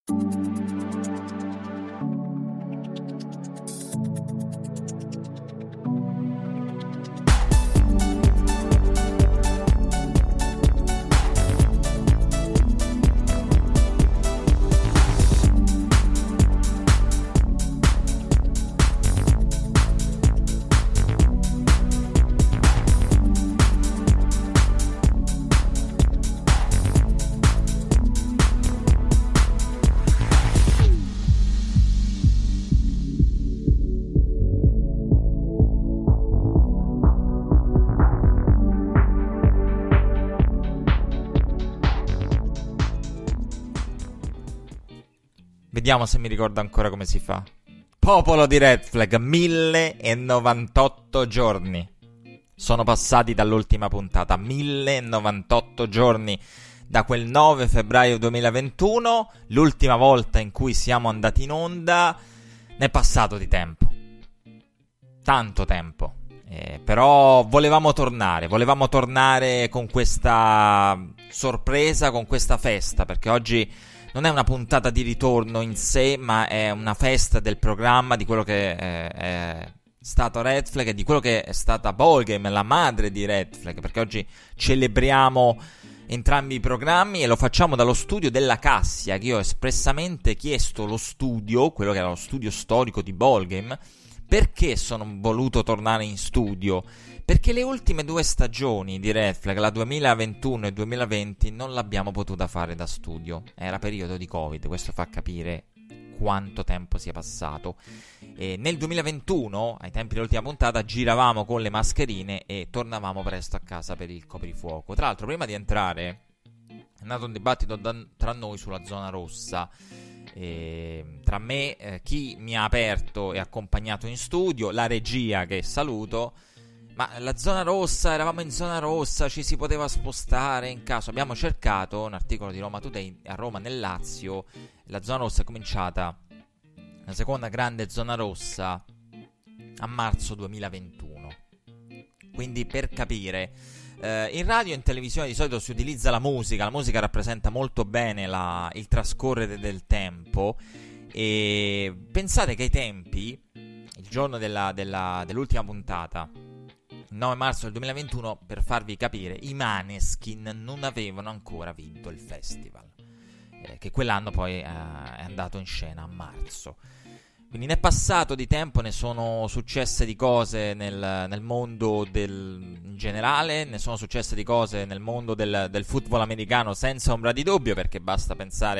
Vediamo se mi ricordo ancora come si fa. Popolo di Red Flag, 1098 giorni sono passati dall'ultima puntata. 1098 giorni da quel 9 febbraio 2021, l'ultima volta in cui siamo andati in onda. Ne è passato di tempo, tanto tempo, però volevamo tornare con questa sorpresa, con questa festa, perché oggi non è una puntata di ritorno in sé, ma è una festa del programma, di quello che è stato Red Flag e di quello che è stata Ballgame, la madre di Red Flag, perché oggi celebriamo entrambi i programmi e lo facciamo dallo studio della Cassia, che io ho espressamente chiesto lo studio, quello che era lo studio storico di Ballgame. Perché sono voluto tornare in studio? Perché le ultime due stagioni di Red Flag, la 2021 e 2020, non l'abbiamo potuta fare da studio. Era periodo di Covid, questo fa capire quanto tempo sia passato. E nel 2021, ai tempi dell'ultima puntata, giravamo con le mascherine e tornavamo presto a casa per il coprifuoco. Tra l'altro, prima di entrare, è nato un dibattito tra noi sulla zona rossa. Tra me, chi mi ha aperto e accompagnato in studio, la regia, che saluto. Ma la zona rossa, eravamo in zona rossa, ci si poteva spostare in caso. Abbiamo cercato, un articolo di Roma Today, a Roma nel Lazio, la zona rossa è cominciata, la seconda grande zona rossa, a marzo 2021. Quindi, per capire, in radio e in televisione di solito si utilizza la musica rappresenta molto bene il trascorrere del tempo, e pensate che ai tempi, il giorno dell'ultima puntata, il 9 marzo del 2021, per farvi capire, i Maneskin non avevano ancora vinto il festival, che quell'anno poi è andato in scena a marzo. Quindi ne è passato di tempo, ne sono successe di cose nel mondo in generale, ne sono successe di cose nel mondo del football americano senza ombra di dubbio, perché basta pensare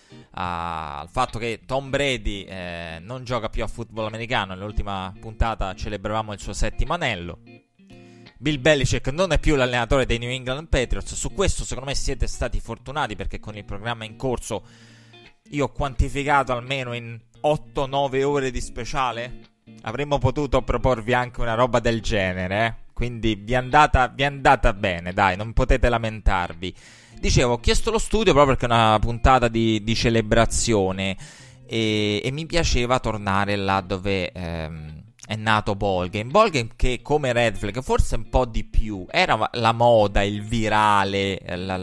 al fatto che Tom Brady non gioca più a football americano. Nell'ultima puntata celebravamo il suo 7° anello. Bill Belichick non è più l'allenatore dei New England Patriots. Su questo secondo me siete stati fortunati, perché con il programma in corso io ho quantificato almeno in 8-9 ore di speciale. Avremmo potuto proporvi anche una roba del genere, quindi vi è andata bene, dai, non potete lamentarvi. Dicevo, ho chiesto lo studio proprio perché è una puntata di celebrazione, e mi piaceva tornare là dove è nato Ballgame, che come Red Flag, forse un po' di più, era la moda, il virale,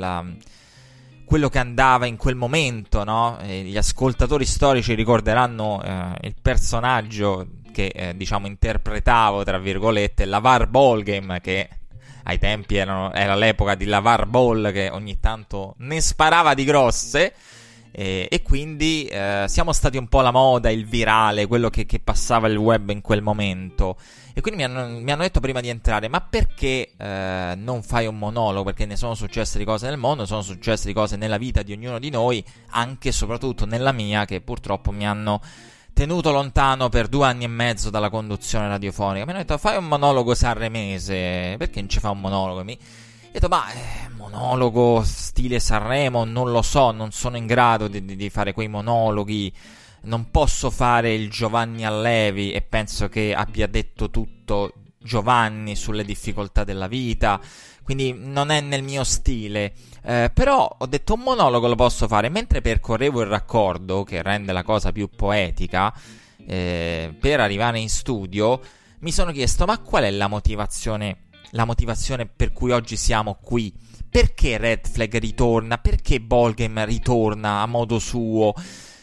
quello che andava in quel momento, no? Gli ascoltatori storici ricorderanno il personaggio che diciamo interpretavo, tra virgolette, LaVar Ballgame, che ai tempi era l'epoca di LaVar Ball, che ogni tanto ne sparava di grosse, e quindi siamo stati un po' la moda, il virale, quello che passava il web in quel momento. E quindi mi hanno detto prima di entrare: ma perché non fai un monologo? Perché ne sono successe di cose nel mondo, sono successe di cose nella vita di ognuno di noi, anche e soprattutto nella mia, che purtroppo mi hanno tenuto lontano per 2 anni e mezzo dalla conduzione radiofonica. Mi hanno detto: fai un monologo sanremese, perché non ci fa un monologo? Ho detto: ma monologo stile Sanremo, non lo so, non sono in grado di fare quei monologhi, non posso fare il Giovanni Allevi, e penso che abbia detto tutto Giovanni sulle difficoltà della vita, quindi non è nel mio stile. Però ho detto: un monologo lo posso fare. Mentre percorrevo il raccordo, che rende la cosa più poetica, per arrivare in studio mi sono chiesto: ma qual è la motivazione per cui oggi siamo qui? Perché Red Flag ritorna? Perché Ballgame ritorna a modo suo?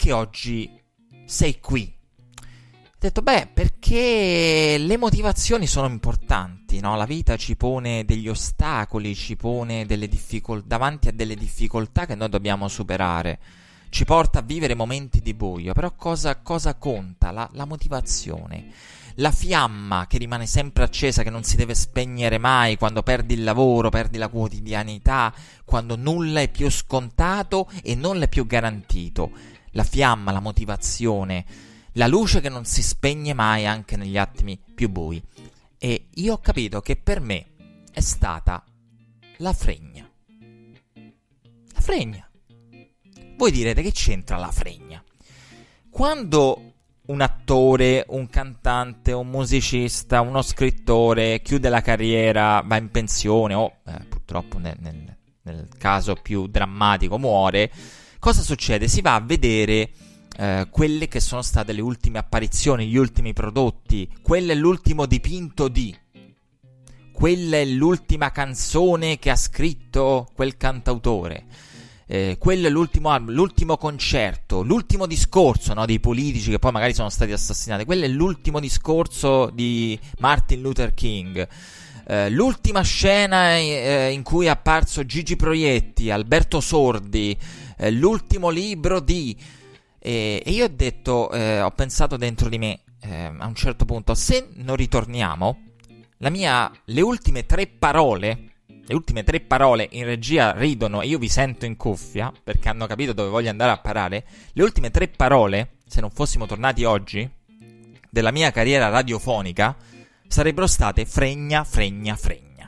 perché oggi sei qui? Ho detto, perché le motivazioni sono importanti, no? La vita ci pone degli ostacoli, ci pone delle davanti a delle difficoltà che noi dobbiamo superare, ci porta a vivere momenti di buio, però cosa conta? La motivazione, la fiamma che rimane sempre accesa, che non si deve spegnere mai quando perdi il lavoro, perdi la quotidianità, quando nulla è più scontato e non è più garantito. La fiamma, la motivazione, la luce che non si spegne mai anche negli attimi più bui. E io ho capito che per me è stata la fregna. La fregna. Voi direte, che c'entra la fregna? Quando un attore, un cantante, un musicista, uno scrittore chiude la carriera, va in pensione o purtroppo nel caso più drammatico muore, cosa succede? Si va a vedere quelle che sono state le ultime apparizioni, gli ultimi prodotti, quello è l'ultimo dipinto di, quella è l'ultima canzone che ha scritto quel cantautore, quello è l'ultimo album, l'ultimo concerto, l'ultimo discorso, no, dei politici che poi magari sono stati assassinati, quello è l'ultimo discorso di Martin Luther King, l'ultima scena in cui è apparso Gigi Proietti, Alberto Sordi, l'ultimo libro di... E io ho detto, ho pensato dentro di me, a un certo punto, se non ritorniamo, le ultime tre parole in regia ridono e io vi sento in cuffia, perché hanno capito dove voglio andare a parare, le ultime tre parole, se non fossimo tornati oggi, della mia carriera radiofonica, sarebbero state fregna, fregna, fregna.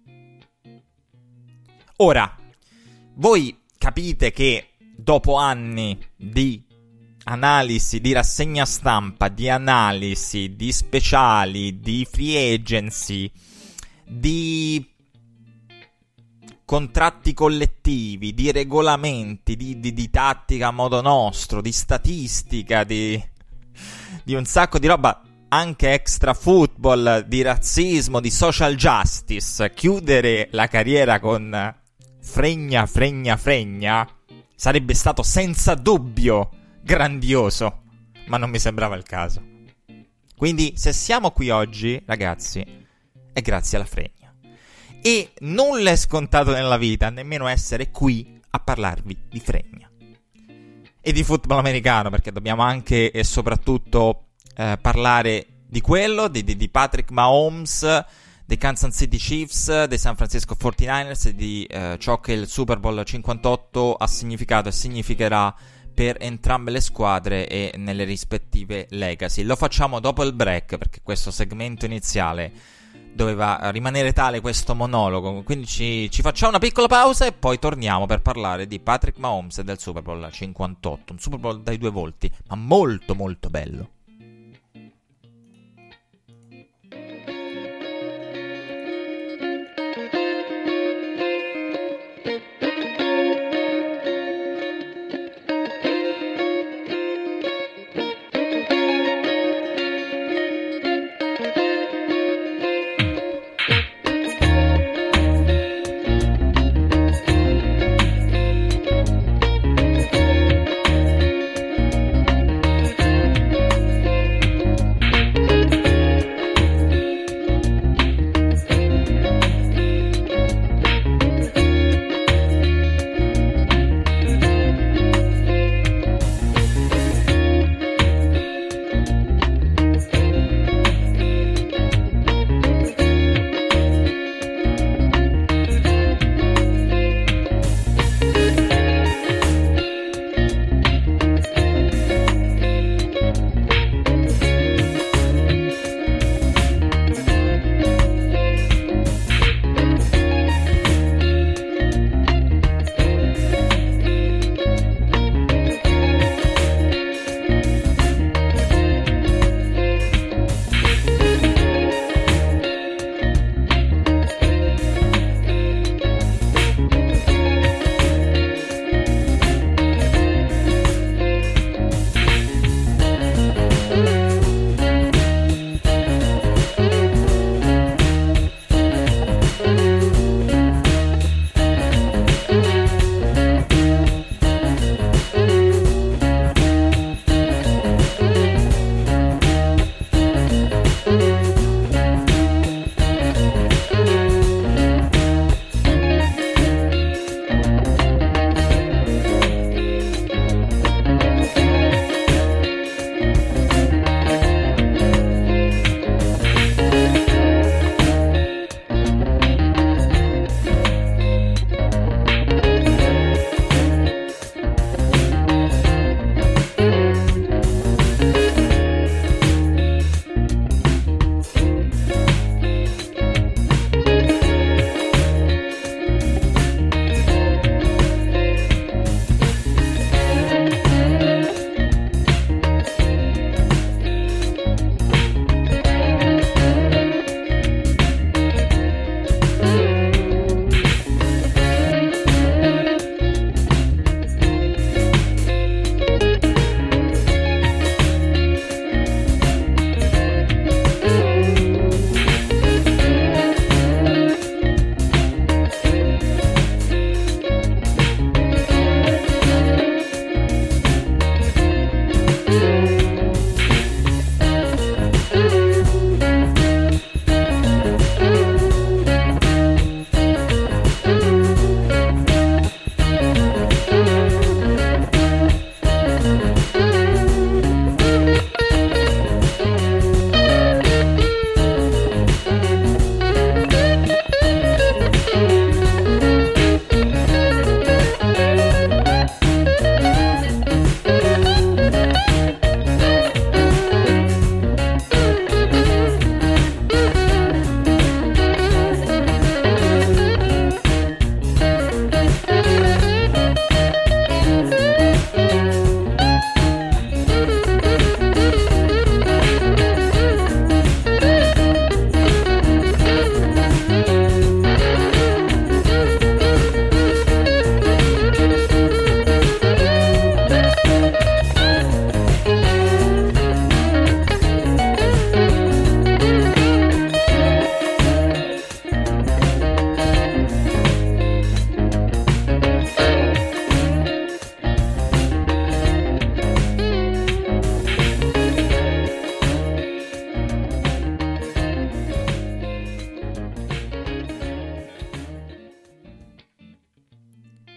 Ora, voi capite che dopo anni di analisi, di rassegna stampa, di analisi, di speciali, di free agency, di contratti collettivi, di regolamenti, di tattica a modo nostro, di statistica, di un sacco di roba, anche extra football, di razzismo, di social justice, chiudere la carriera con fregna, fregna, fregna sarebbe stato senza dubbio grandioso, ma non mi sembrava il caso. Quindi se siamo qui oggi, ragazzi, è grazie alla fregna. E nulla è scontato nella vita, nemmeno essere qui a parlarvi di fregna e di football americano, perché dobbiamo anche e soprattutto parlare di quello, di Patrick Mahomes, dei Kansas City Chiefs, dei San Francisco 49ers e di ciò che il Super Bowl 58 ha significato e significherà per entrambe le squadre e nelle rispettive legacy. Lo facciamo dopo il break, perché questo segmento iniziale doveva rimanere tale, questo monologo, quindi ci facciamo una piccola pausa e poi torniamo per parlare di Patrick Mahomes e del Super Bowl 58, un Super Bowl dai due volti, ma molto molto bello.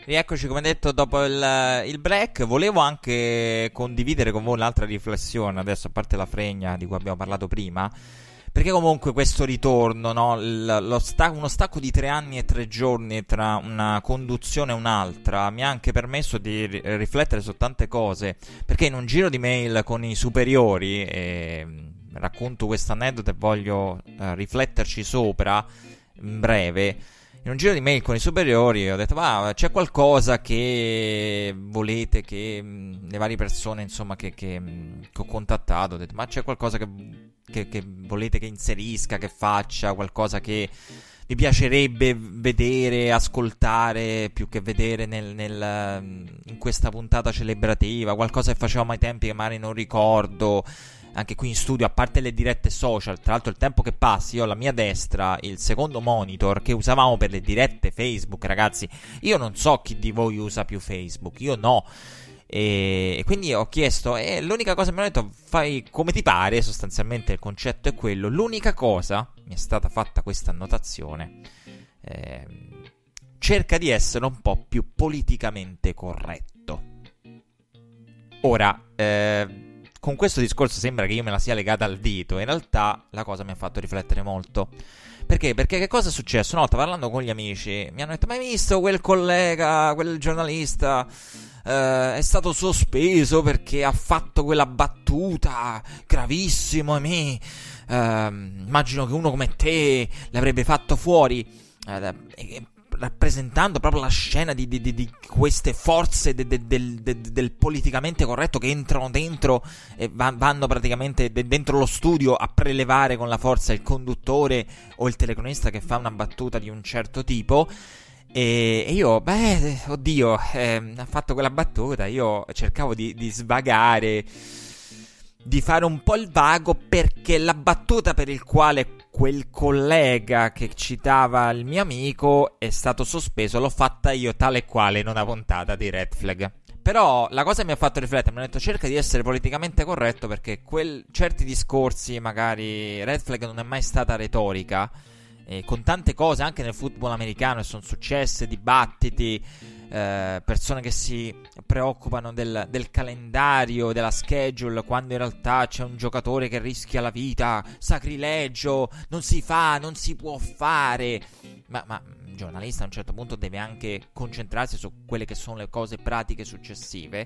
Rieccoci, come detto, dopo il break. Volevo anche condividere con voi un'altra riflessione, adesso, a parte la fregna di cui abbiamo parlato prima, perché comunque questo ritorno, no? Uno stacco di 3 anni e 3 giorni tra una conduzione e un'altra mi ha anche permesso di riflettere su tante cose, perché in un giro di mail con i superiori, racconto questo aneddoto e voglio rifletterci sopra in breve. In un giro di mail con i superiori ho detto: ma c'è qualcosa che volete che le varie persone, insomma, che ho contattato, ho detto: ma c'è qualcosa che volete che inserisca, che faccia, qualcosa che vi piacerebbe vedere, ascoltare, più che vedere in questa puntata celebrativa, qualcosa che facevamo ai tempi che magari non ricordo. Anche qui in studio, a parte le dirette social, tra l'altro il tempo che passi, io ho alla mia destra il secondo monitor che usavamo per le dirette Facebook, ragazzi. Io non so chi di voi usa più Facebook, io no. E quindi ho chiesto, e l'unica cosa mi hanno detto: fai come ti pare, sostanzialmente il concetto è quello. L'unica cosa, mi è stata fatta questa annotazione, cerca di essere un po' più politicamente corretto. Ora, con questo discorso sembra che io me la sia legata al dito. In realtà la cosa mi ha fatto riflettere molto. Perché? Perché che cosa è successo? Una volta, parlando con gli amici, mi hanno detto: ma hai visto quel collega, quel giornalista, è stato sospeso perché ha fatto quella battuta, gravissimo, immagino che uno come te l'avrebbe fatto fuori, rappresentando proprio la scena di queste forze del politicamente corretto che entrano dentro e vanno praticamente dentro lo studio a prelevare con la forza il conduttore o il telecronista che fa una battuta di un certo tipo. E io, oddio, ha fatto quella battuta, io cercavo di svagare, di fare un po' il vago, perché la battuta per il quale quel collega che citava il mio amico è stato sospeso l'ho fatta io tale e quale in una puntata di Red Flag. Però la cosa mi ha fatto riflettere, mi hanno detto: cerca di essere politicamente corretto, perché certi discorsi, magari Red Flag non è mai stata retorica, con tante cose anche nel football americano sono successe, dibattiti, persone che si preoccupano del calendario, della schedule, quando in realtà c'è un giocatore che rischia la vita, sacrilegio, non si fa, non si può fare. Ma un giornalista a un certo punto deve anche concentrarsi su quelle che sono le cose pratiche successive.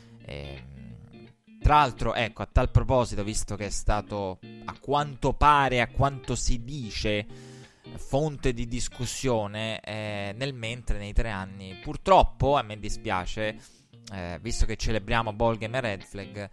Tra l'altro, ecco, a tal proposito, visto che è stato, a quanto pare, a quanto si dice, fonte di discussione, nei 3 anni, purtroppo, a me dispiace, visto che celebriamo Ballgame e Red Flag,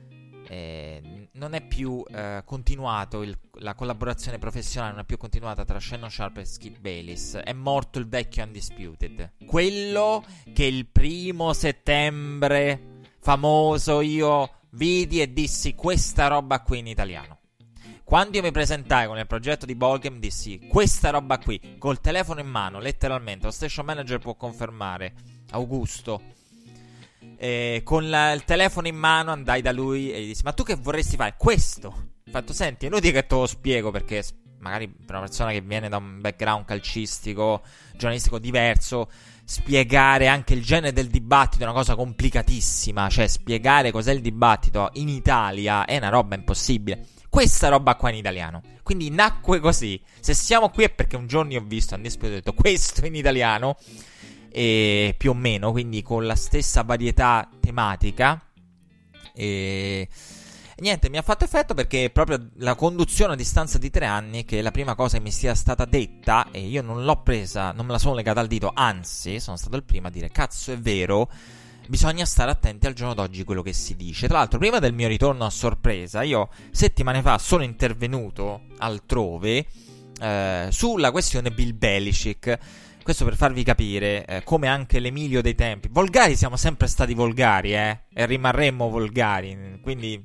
non è più continuato la collaborazione professionale, non è più continuata tra Shannon Sharpe e Skip Bayless. È morto il vecchio Undisputed, quello che il 1° settembre famoso io vidi e dissi: questa roba qui in italiano. Quando io mi presentai con il progetto di Ballgame, dissi: questa roba qui, col telefono in mano, letteralmente, lo station manager può confermare, Augusto, con il telefono in mano andai da lui e gli dissi: ma tu che vorresti fare? Questo. Ho fatto: senti, è inutile che te lo spiego, perché magari per una persona che viene da un background calcistico, giornalistico diverso, spiegare anche il genere del dibattito è una cosa complicatissima. Cioè, spiegare cos'è il dibattito in Italia è una roba impossibile. Questa roba qua in italiano. Quindi nacque così. Se siamo qui è perché un giorno io ho visto Undisputed e ho detto: questo in italiano, e più o meno, quindi con la stessa varietà tematica. E niente, mi ha fatto effetto, perché proprio la conduzione a distanza di 3 anni, che è la prima cosa che mi sia stata detta, e io non l'ho presa, non me la sono legata al dito, anzi sono stato il primo a dire: cazzo, è vero, bisogna stare attenti al giorno d'oggi quello che si dice. Tra l'altro, prima del mio ritorno a sorpresa, io settimane fa sono intervenuto altrove sulla questione Bill Belichick. Questo per farvi capire come anche l'Emilio dei tempi. Volgari, siamo sempre stati volgari, e rimarremmo volgari. Quindi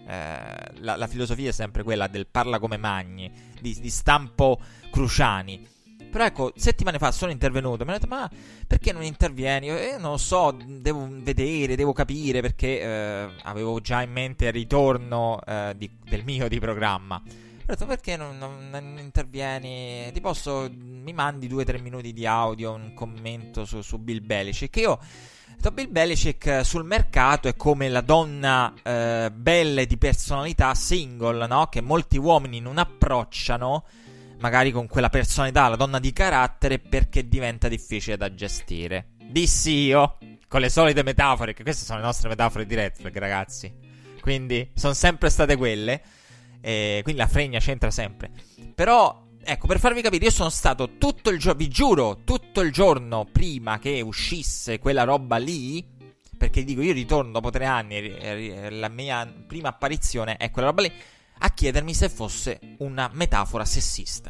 la filosofia è sempre quella del parla come magni, di stampo Cruciani. Però ecco, settimane fa sono intervenuto e mi hanno detto: ma perché non intervieni? Io non lo so, devo vedere, devo capire, perché avevo già in mente il ritorno del mio di programma. Ho detto, perché non intervieni? Mi mandi 2-3 minuti di audio, un commento su Bill Belichick. Io ho detto, Bill Belichick sul mercato è come la donna bella e di personalità single, no? Che molti uomini non approcciano, magari con quella personalità, la donna di carattere, perché diventa difficile da gestire. Dissi io, con le solite metafore, che queste sono le nostre metafore di Red Flag, ragazzi. Quindi sono sempre state quelle. Quindi la fregna c'entra sempre. Però, ecco, per farvi capire, io sono stato tutto il giorno, vi giuro, tutto il giorno prima che uscisse quella roba lì, perché dico, io ritorno dopo 3 anni, la mia prima apparizione è quella roba lì, a chiedermi se fosse una metafora sessista.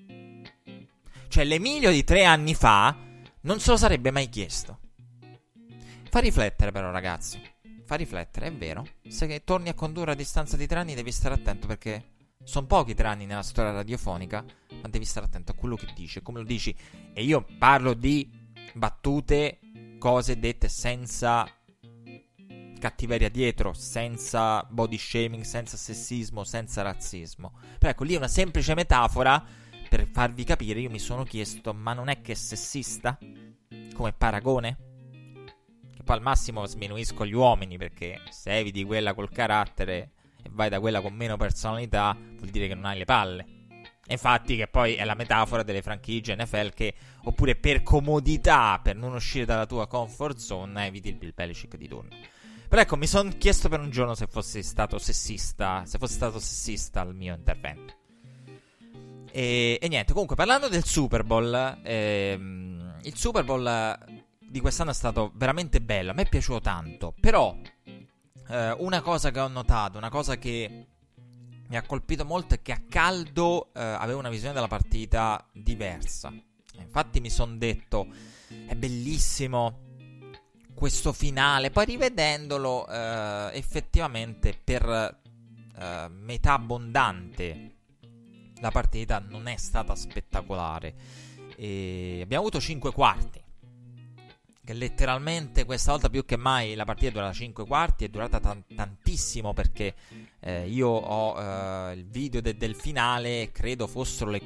Cioè, l'Emilio di 3 anni fa non se lo sarebbe mai chiesto. Fa riflettere però, ragazzi. Fa riflettere, è vero. Se torni a condurre a distanza di 3 anni devi stare attento, perché sono pochi 3 anni nella storia radiofonica, ma devi stare attento a quello che dici, come lo dici. E io parlo di battute, cose dette senza cattiveria dietro, senza body shaming, senza sessismo, senza razzismo. Però ecco, lì è una semplice metafora per farvi capire. Io mi sono chiesto, ma non è che è sessista come paragone? Che poi al massimo sminuisco gli uomini, perché se eviti quella col carattere e vai da quella con meno personalità, vuol dire che non hai le palle. E infatti, che poi è la metafora delle franchigie NFL, che oppure per comodità, per non uscire dalla tua comfort zone, eviti il Bill Belichick di turno. Però ecco, mi sono chiesto per un giorno se fosse stato sessista il mio intervento. E niente, comunque, parlando del Super Bowl, il Super Bowl di quest'anno è stato veramente bello, a me è piaciuto tanto. Però una cosa che ho notato, una cosa che mi ha colpito molto, è che a caldo avevo una visione della partita diversa. Infatti mi sono detto, è bellissimo questo finale. Poi rivedendolo, effettivamente per metà abbondante la partita non è stata spettacolare. E abbiamo avuto 5 quarti, che letteralmente questa volta più che mai la partita dura 5 quarti. È durata tantissimo, perché io ho il video del finale, credo fossero le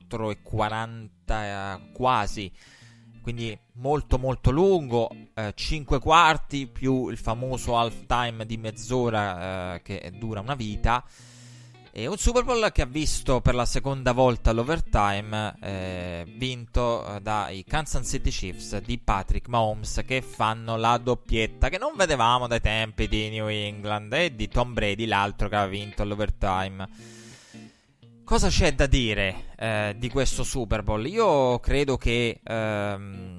4:40 quasi, quindi molto molto lungo. 5 quarti più il famoso half time di mezz'ora che dura una vita. E un Super Bowl che ha visto per la seconda volta l'overtime vinto dai Kansas City Chiefs di Patrick Mahomes, che fanno la doppietta che non vedevamo dai tempi di New England, e di Tom Brady, l'altro che aveva vinto l'overtime. Cosa c'è da dire di questo Super Bowl? Io credo che la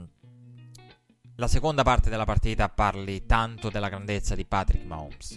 seconda parte della partita parli tanto della grandezza di Patrick Mahomes.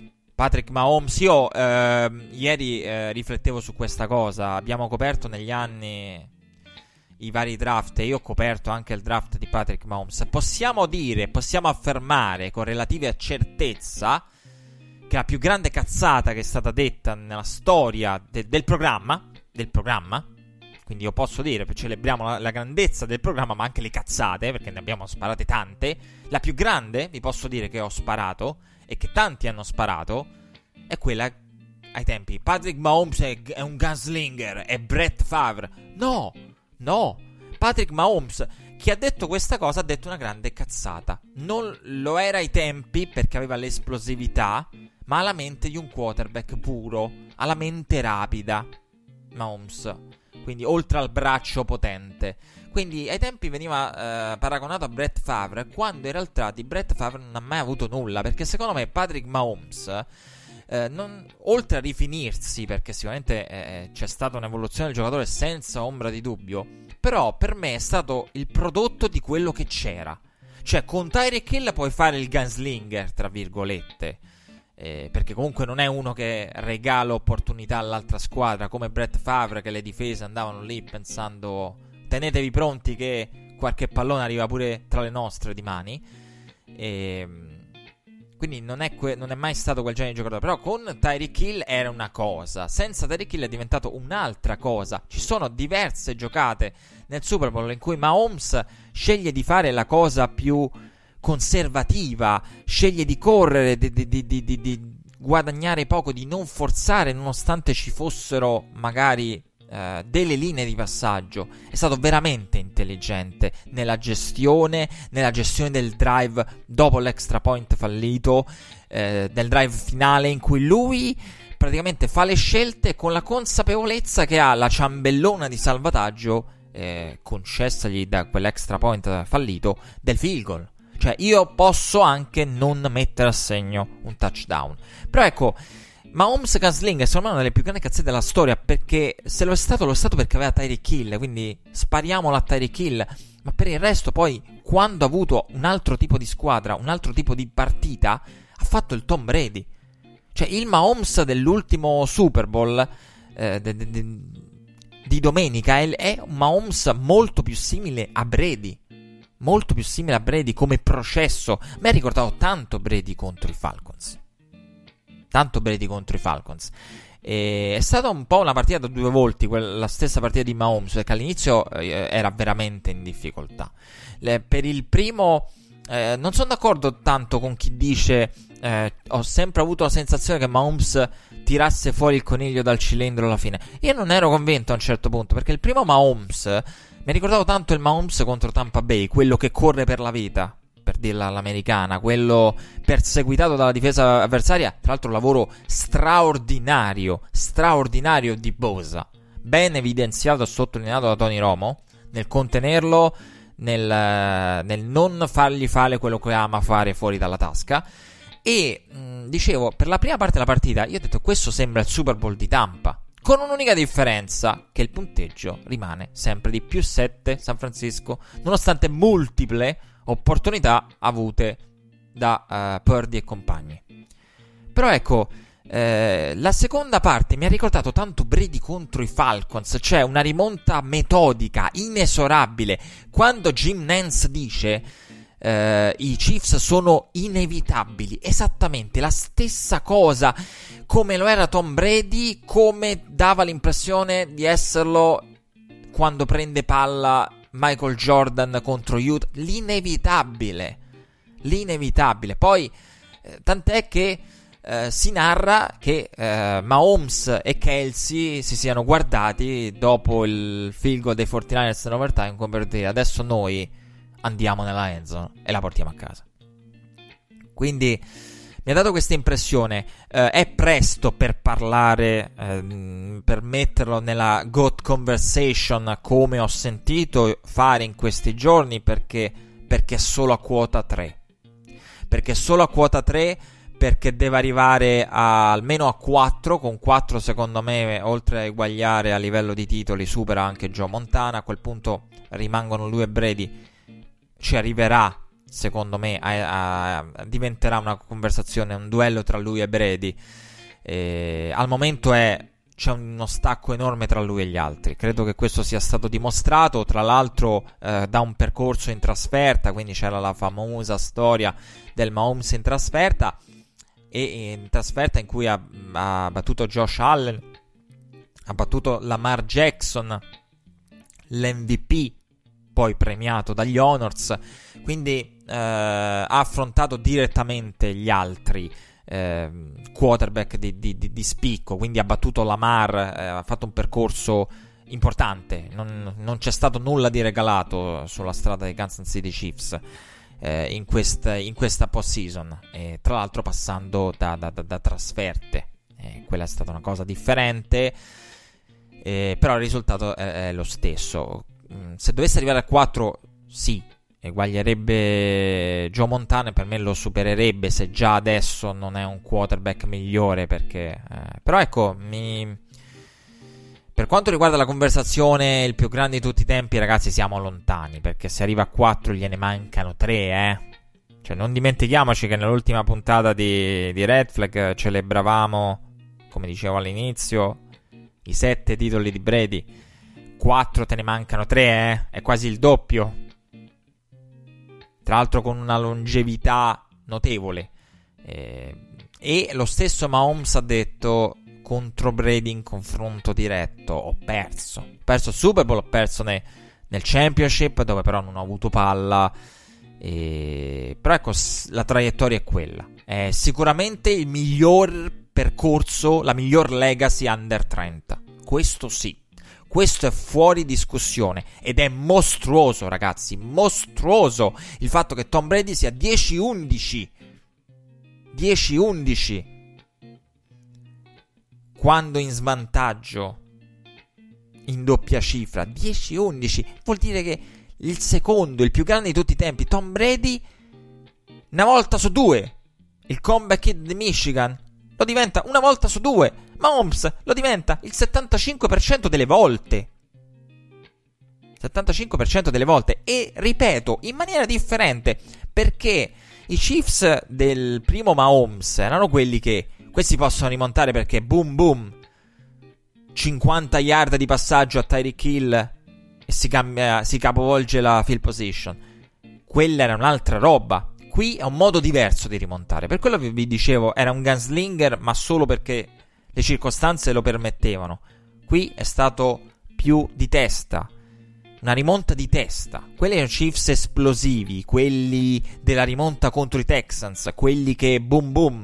Io ieri riflettevo su questa cosa. Abbiamo coperto negli anni i vari draft, e io ho coperto anche il draft di Patrick Mahomes. Possiamo affermare con relativa certezza che la più grande cazzata che è stata detta nella storia del programma, quindi io posso dire, celebriamo la grandezza del programma, ma anche le cazzate, perché ne abbiamo sparate tante. La più grande, vi posso dire, che ho sparato, e che tanti hanno sparato, è quella ai tempi: Patrick Mahomes è un gunslinger, è Brett Favre. No, Patrick Mahomes, chi ha detto questa cosa, ha detto una grande cazzata. Non lo era ai tempi, perché aveva l'esplosività, ma ha la mente di un quarterback puro, ha la mente rapida Mahomes, quindi oltre al braccio potente. Quindi ai tempi veniva paragonato a Brett Favre, quando in realtà di Brett Favre non ha mai avuto nulla, perché secondo me Patrick Mahomes, oltre a rifinirsi, perché sicuramente c'è stata un'evoluzione del giocatore senza ombra di dubbio, però per me è stato il prodotto di quello che c'era. Cioè, con Tyreek Hill puoi fare il gunslinger, tra virgolette, perché comunque non è uno che regala opportunità all'altra squadra, come Brett Favre, che le difese andavano lì pensando: tenetevi pronti che qualche pallone arriva pure tra le nostre di mani. Quindi non è mai stato quel genere di giocatore. Però con Tyreek Hill era una cosa, senza Tyreek Hill è diventato un'altra cosa. Ci sono diverse giocate nel Super Bowl in cui Mahomes sceglie di fare la cosa più conservativa, sceglie di correre, di guadagnare poco, di non forzare nonostante ci fossero magari delle linee di passaggio. È stato veramente intelligente nella gestione del drive dopo l'extra point fallito, del drive finale in cui lui praticamente fa le scelte con la consapevolezza che ha la ciambellona di salvataggio concessagli da quell'extra point fallito del field goal. Cioè io posso anche non mettere a segno un touchdown. Però ecco, Mahomes Gunsling è secondo me una delle più grandi cazzette della storia, perché se lo è stato perché aveva Tyreek Hill, quindi spariamolo a Tyreek Hill. Ma per il resto poi, quando ha avuto un altro tipo di squadra, un altro tipo di partita, ha fatto il Tom Brady. Cioè il Mahomes dell'ultimo Super Bowl di domenica è un Mahomes molto più simile a Brady. Molto più simile a Brady come processo. Mi ha ricordato tanto Brady contro i Falcons. È stata un po' una partita da due volti, la stessa partita di Mahomes, perché all'inizio era veramente in difficoltà. Per il primo non sono d'accordo tanto con chi dice ho sempre avuto la sensazione che Mahomes tirasse fuori il coniglio dal cilindro alla fine. Io non ero convinto a un certo punto, perché il primo Mahomes mi ricordavo tanto il Mahomes contro Tampa Bay, quello che corre per la vita, per dirla all'americana, quello perseguitato dalla difesa avversaria. Tra l'altro lavoro straordinario di Bosa, ben evidenziato e sottolineato da Tony Romo, nel contenerlo, nel non fargli fare quello che ama fare fuori dalla tasca. E dicevo, per la prima parte della partita io ho detto questo sembra il Super Bowl di Tampa, con un'unica differenza, che il punteggio rimane sempre di +7 San Francisco, nonostante multiple opportunità avute da Purdy e compagni. Però ecco, la seconda parte mi ha ricordato tanto Brady contro i Falcons, cioè una rimonta metodica, inesorabile. Quando Jim Nantz dice i Chiefs sono inevitabili, esattamente la stessa cosa come lo era Tom Brady, come dava l'impressione di esserlo quando prende palla Michael Jordan contro Utah. L'inevitabile. Poi tant'è che si narra che Mahomes e Kelsey si siano guardati dopo il field goal dei 49ers in overtime come per dire adesso noi andiamo nella endzone e la portiamo a casa. Quindi mi ha dato questa impressione. È presto per parlare, per metterlo nella GOAT conversation, come ho sentito fare in questi giorni, perché è solo a quota 3. Perché deve arrivare almeno a 4. Con 4 secondo me, oltre a eguagliare a livello di titoli, supera anche Joe Montana. A quel punto rimangono lui e Brady. Ci arriverà, secondo me, diventerà una conversazione, un duello tra lui e Brady. Al momento c'è uno stacco enorme tra lui e gli altri. Credo che questo sia stato dimostrato, tra l'altro da un percorso in trasferta. Quindi c'era la famosa storia del Mahomes in trasferta, e in trasferta in cui ha battuto Josh Allen, ha battuto Lamar Jackson, l'MVP poi premiato dagli Honors. Quindi ha affrontato direttamente gli altri quarterback di spicco. Quindi ha battuto Lamar, ha fatto un percorso importante. Non c'è stato nulla di regalato sulla strada dei Kansas City Chiefs in questa postseason, tra l'altro passando da trasferte. Quella è stata una cosa differente, però il risultato è lo stesso. Se dovesse arrivare a 4, sì, eguaglierebbe Joe Montana, e per me lo supererebbe, se già adesso non è un quarterback migliore, perché però ecco, per quanto riguarda la conversazione il più grande di tutti i tempi, ragazzi, siamo lontani, perché se arriva a 4 gliene mancano 3, Cioè non dimentichiamoci che nell'ultima puntata di Red Flag celebravamo, come dicevo all'inizio, i 7 titoli di Brady. 4 te ne mancano 3, È quasi il doppio. Tra l'altro con una longevità notevole. E lo stesso Mahomes ha detto contro Brady in confronto diretto: ho perso il Super Bowl, ho perso nel Championship, dove però non ho avuto palla, Però ecco, la traiettoria è quella. È sicuramente il miglior percorso, la miglior legacy under 30. Questo sì. Questo è fuori discussione ed è mostruoso, ragazzi, mostruoso il fatto che Tom Brady sia 10-11 quando in svantaggio in doppia cifra. 10-11 vuol dire che il secondo, il più grande di tutti i tempi, Tom Brady, una volta su due. Il comeback kid di Michigan lo diventa una volta su due. Mahomes lo diventa il 75% delle volte. 75% delle volte. E ripeto, in maniera differente, perché i Chiefs del primo Mahomes erano quelli che questi possono rimontare perché boom boom 50 yard di passaggio a Tyreek Hill e si capovolge la field position. Quella era un'altra roba. Qui è un modo diverso di rimontare. Per quello vi dicevo, era un gunslinger, ma solo perché le circostanze lo permettevano. Qui è stato più di testa, una rimonta di testa. Quelli erano Chiefs esplosivi, quelli della rimonta contro i Texans, quelli che boom boom,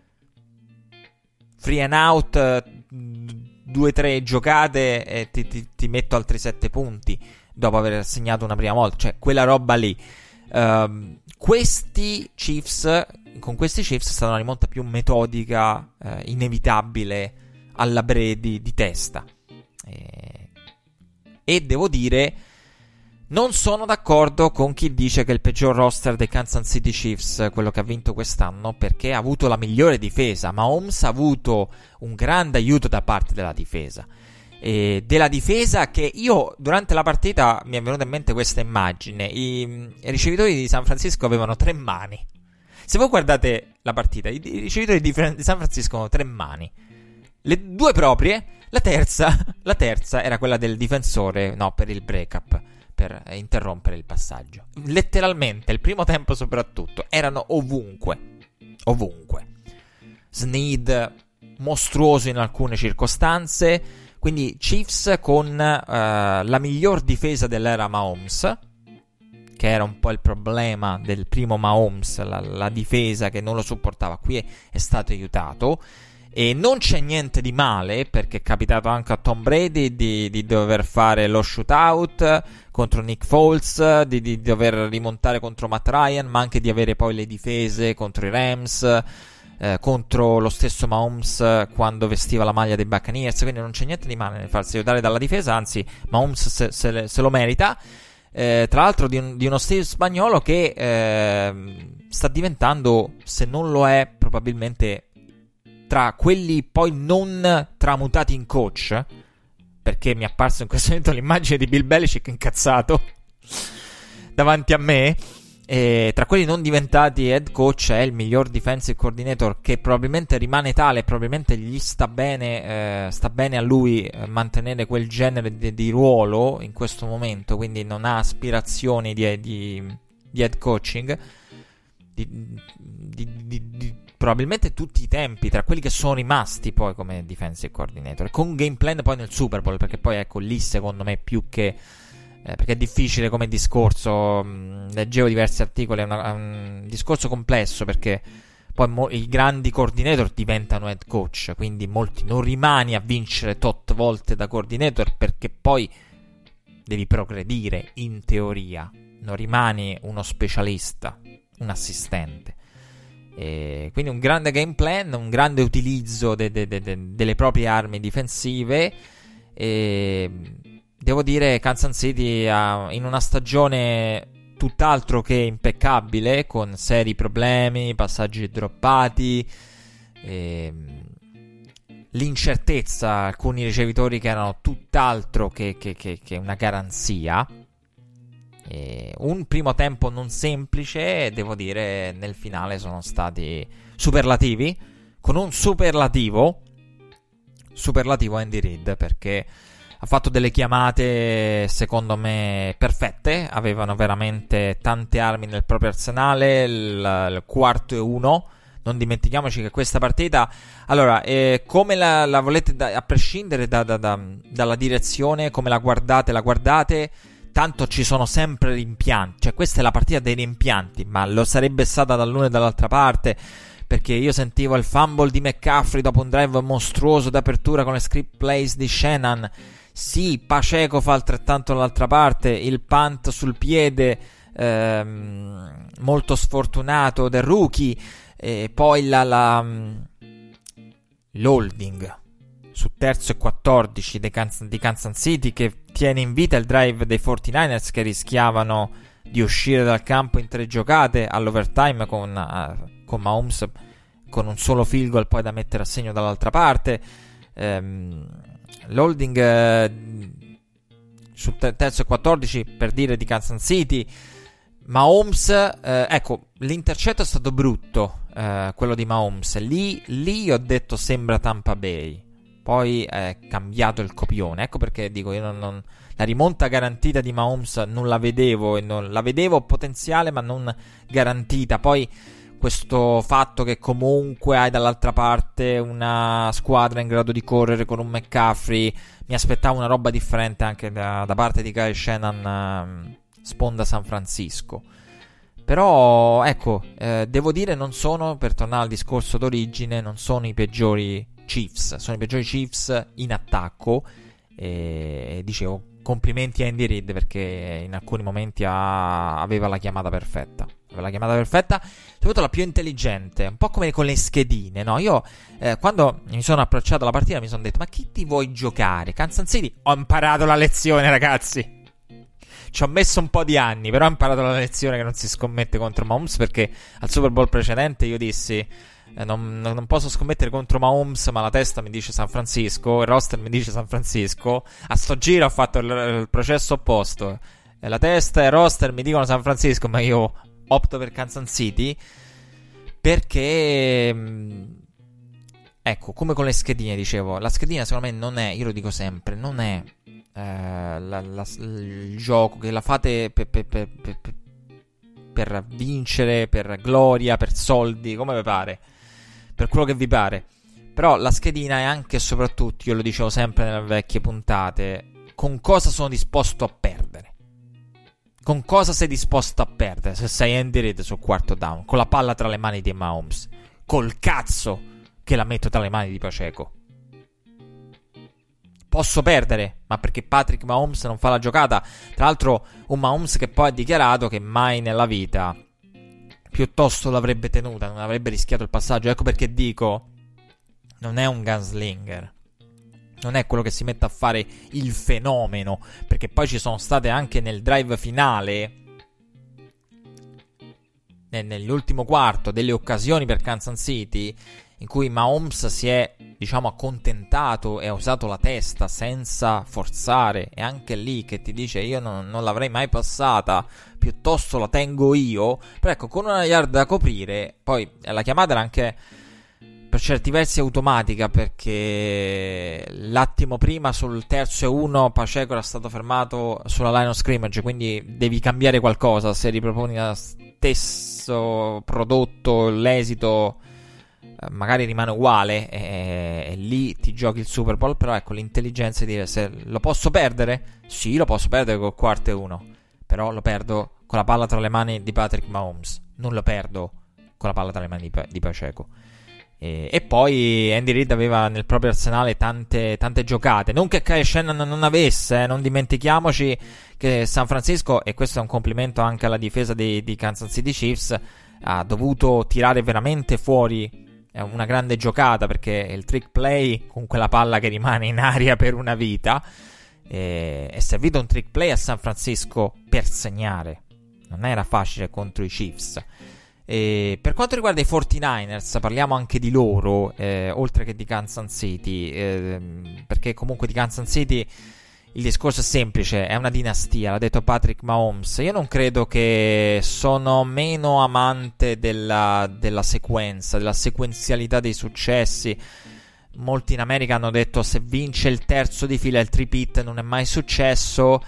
free and out, 2-3 giocate e ti metto altri 7 punti dopo aver segnato una prima volta. Cioè quella roba lì. Questi Chiefs, con questi Chiefs è stata una rimonta più metodica, inevitabile alla Brady di testa, e devo dire non sono d'accordo con chi dice che è il peggior roster dei Kansas City Chiefs quello che ha vinto quest'anno, perché ha avuto la migliore difesa. Mahomes ha avuto un grande aiuto da parte della difesa, della difesa che io durante la partita mi è venuta in mente questa immagine. I ricevitori di San Francisco avevano 3 mani. Se voi guardate la partita, i ricevitori di San Francisco avevano 3 mani, le 2 proprie, la terza era quella del difensore, no, per il break-up, per interrompere il passaggio. Letteralmente il primo tempo soprattutto erano ovunque. Snead mostruoso in alcune circostanze. Quindi Chiefs con la miglior difesa dell'era Mahomes, che era un po' il problema del primo Mahomes, la difesa che non lo sopportava. Qui è stato aiutato, e non c'è niente di male, perché è capitato anche a Tom Brady di dover fare lo shootout contro Nick Foles, di dover rimontare contro Matt Ryan, ma anche di avere poi le difese contro i Rams, contro lo stesso Mahomes quando vestiva la maglia dei Buccaneers. Quindi non c'è niente di male nel farsi aiutare dalla difesa, anzi Mahomes se lo merita. Tra l'altro di uno stile spagnolo che sta diventando, se non lo è probabilmente tra quelli poi non tramutati in coach, perché mi è apparso in questo momento l'immagine di Bill Belichick incazzato davanti a me. Tra quelli non diventati head coach è il miglior defensive coordinator, che probabilmente rimane tale, probabilmente gli sta bene a lui mantenere quel genere di ruolo in questo momento, quindi non ha aspirazioni di head coaching di probabilmente tutti i tempi, tra quelli che sono rimasti poi come defensive coordinator, con un game plan poi nel Super Bowl, perché poi ecco lì secondo me più che perché è difficile come discorso. Leggevo diversi articoli, è un discorso complesso, perché poi i grandi coordinator diventano head coach, quindi molti non rimani a vincere tot volte da coordinator, perché poi devi progredire in teoria, non rimani uno specialista, un assistente. Quindi un grande game plan, un grande utilizzo delle proprie armi difensive. Devo dire, Kansas City in una stagione tutt'altro che impeccabile, con seri problemi, passaggi droppati, l'incertezza, alcuni ricevitori che erano tutt'altro che una garanzia. Un primo tempo non semplice, devo dire, nel finale sono stati superlativi, con un superlativo Andy Reid, perché ha fatto delle chiamate secondo me perfette, avevano veramente tante armi nel proprio arsenale. Il 4-1, non dimentichiamoci che questa partita, allora, come la volete, a prescindere dalla direzione, come la guardate, tanto ci sono sempre rimpianti, cioè questa è la partita dei rimpianti, ma lo sarebbe stata dall'una e dall'altra parte, perché io sentivo il fumble di McCaffrey dopo un drive mostruoso d'apertura con le script plays di Shanahan. Sì, Pacheco fa altrettanto dall'altra parte, il punt sul piede molto sfortunato del rookie, e poi l'holding su 3rd e 14 di Kansas City che tiene in vita il drive dei 49ers, che rischiavano di uscire dal campo in 3 giocate all'overtime con Mahomes con un solo field goal poi da mettere a segno dall'altra parte. L'holding su 3rd e 14 per dire di Kansas City. Mahomes, ecco, l'intercetto è stato brutto, quello di Mahomes. Lì ho detto sembra Tampa Bay. Poi è cambiato il copione. Ecco perché dico, io non la rimonta garantita di Mahomes non la vedevo, e non la vedevo potenziale ma non garantita. Poi questo fatto che comunque hai dall'altra parte una squadra in grado di correre con un McCaffrey, mi aspettavo una roba differente anche da parte di Kyle Shanahan, sponda San Francisco. Però ecco, devo dire, non sono, per tornare al discorso d'origine, non sono i peggiori Chiefs, sono i peggiori Chiefs in attacco, e dicevo complimenti a Andy Reid perché in alcuni momenti aveva la chiamata perfetta. Soprattutto la più intelligente, un po' come con le schedine, no? Io quando mi sono approcciato alla partita mi sono detto: ma chi ti vuoi giocare? Kansas City? Ho imparato la lezione, ragazzi. Ci ho messo un po' di anni, però ho imparato la lezione che non si scommette contro Mahomes, perché al Super Bowl precedente io dissi non posso scommettere contro Mahomes, ma la testa mi dice San Francisco, il roster mi dice San Francisco. A sto giro ho fatto il processo opposto, la testa e il roster mi dicono San Francisco, ma io opto per Kansas City perché ecco, come con le schedine dicevo, la schedina secondo me non è, io lo dico sempre, non è il gioco che la fate per vincere, per gloria, per soldi, come vi pare, per quello che vi pare. Però la schedina è anche e soprattutto, io lo dicevo sempre nelle vecchie puntate, con cosa sono disposto a perdere. Con cosa sei disposto a perdere se sei Andy Reid sul quarto down, con la palla tra le mani di Mahomes, col cazzo che la metto tra le mani di Pacheco. Posso perdere, ma perché Patrick Mahomes non fa la giocata. Tra l'altro un Mahomes che poi ha dichiarato che mai nella vita piuttosto l'avrebbe tenuta, non avrebbe rischiato il passaggio. Ecco perché dico, non è un gunslinger, non è quello che si mette a fare il fenomeno, perché poi ci sono state anche nel drive finale, nell'ultimo quarto, delle occasioni per Kansas City in cui Mahomes si è, diciamo, accontentato e ha usato la testa senza forzare, e anche lì che ti dice io non l'avrei mai passata, piuttosto la tengo io. Però ecco, con una yard da coprire, poi la chiamata era anche per certi versi automatica, perché l'attimo prima sul 3-1 Pacheco era stato fermato sulla line of scrimmage, quindi devi cambiare qualcosa se riproponi lo stesso prodotto, l'esito magari rimane uguale, e lì ti giochi il Super Bowl. Però ecco, l'intelligenza di dire, se lo posso perdere? Sì, lo posso perdere col 4-1, però lo perdo con la palla tra le mani di Patrick Mahomes, non lo perdo con la palla tra le mani di Pacheco. E poi Andy Reid aveva nel proprio arsenale tante giocate, non che Kyle Shanahan non avesse, non dimentichiamoci che San Francisco, e questo è un complimento anche alla difesa di Kansas City Chiefs, ha dovuto tirare veramente fuori una grande giocata, perché il trick play con quella palla che rimane in aria per una vita, è servito un trick play a San Francisco per segnare, non era facile contro i Chiefs. E per quanto riguarda i 49ers, parliamo anche di loro, oltre che di Kansas City, perché comunque di Kansas City il discorso è semplice, è una dinastia, l'ha detto Patrick Mahomes. Io non credo che sono meno amante della sequenza, della sequenzialità dei successi. Molti in America hanno detto se vince il terzo di fila il three-peat non è mai successo,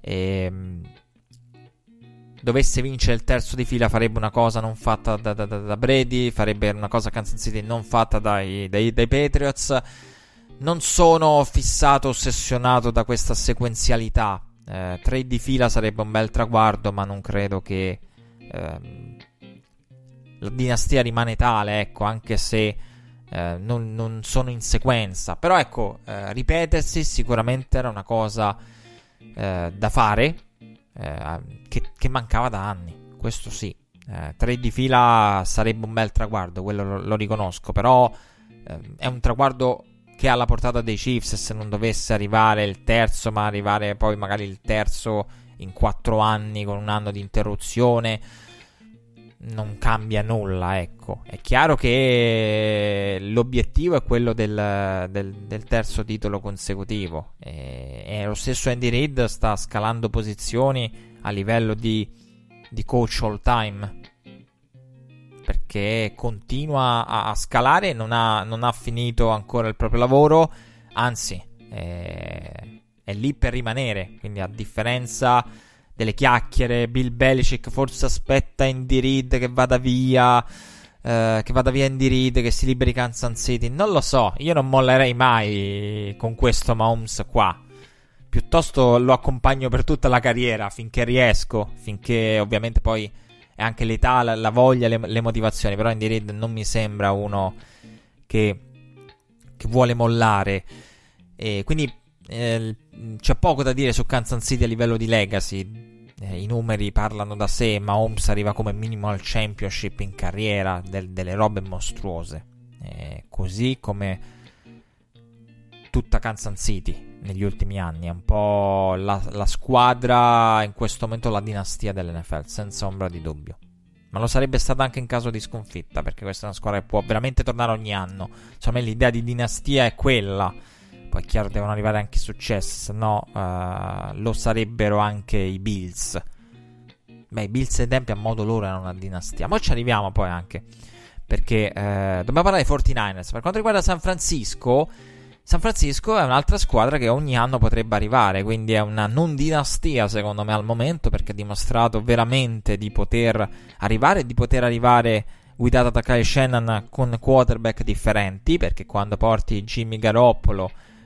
dovesse vincere il terzo di fila farebbe una cosa non fatta da Brady, farebbe una cosa Kansas City non fatta dai Patriots. Non sono fissato, ossessionato da questa sequenzialità, 3 di fila sarebbe un bel traguardo, ma non credo che la dinastia rimane tale, ecco, anche se non sono in sequenza. Però ecco, ripetersi sicuramente era una cosa da fare, che mancava da anni, questo sì. 3 di fila sarebbe un bel traguardo, quello lo riconosco, però è un traguardo che ha la portata dei Chiefs. Se non dovesse arrivare il terzo, ma arrivare poi magari il terzo in 4 anni con un anno di interruzione, non cambia nulla, ecco. È chiaro che l'obiettivo è quello del terzo titolo consecutivo, e lo stesso Andy Reid sta scalando posizioni a livello di coach all time, perché continua a scalare, non ha finito ancora il proprio lavoro, anzi è lì per rimanere. Quindi, a differenza delle chiacchiere, Bill Belichick forse aspetta Andy Reid che vada via Andy Reid, che si liberi Kansas City. Non lo so, io non mollerei mai con questo Mahomes qua. Piuttosto lo accompagno per tutta la carriera, finché riesco, finché ovviamente poi è anche l'età, la voglia, le motivazioni. Però Andy Reid non mi sembra uno che vuole mollare, e quindi c'è poco da dire su Kansas City a livello di legacy. I numeri parlano da sé. Mahomes arriva come minimo al championship in carriera, delle robe mostruose, così come tutta Kansas City negli ultimi anni. È un po' la squadra in questo momento, la dinastia dell'NFL, senza ombra di dubbio. Ma lo sarebbe stata anche in caso di sconfitta, perché questa è una squadra che può veramente tornare ogni anno. Insomma, l'idea di dinastia è quella. Poi è chiaro, devono arrivare anche i successi, se no lo sarebbero anche i Bills. Beh, i Bills ai tempi a modo loro erano una dinastia. Ma ci arriviamo poi anche, perché dobbiamo parlare dei 49ers. Per quanto riguarda San Francisco è un'altra squadra che ogni anno potrebbe arrivare, quindi è una non dinastia secondo me al momento, perché ha dimostrato veramente di poter arrivare guidata da Kyle Shanahan con quarterback differenti, perché quando porti Jimmy Garoppolo,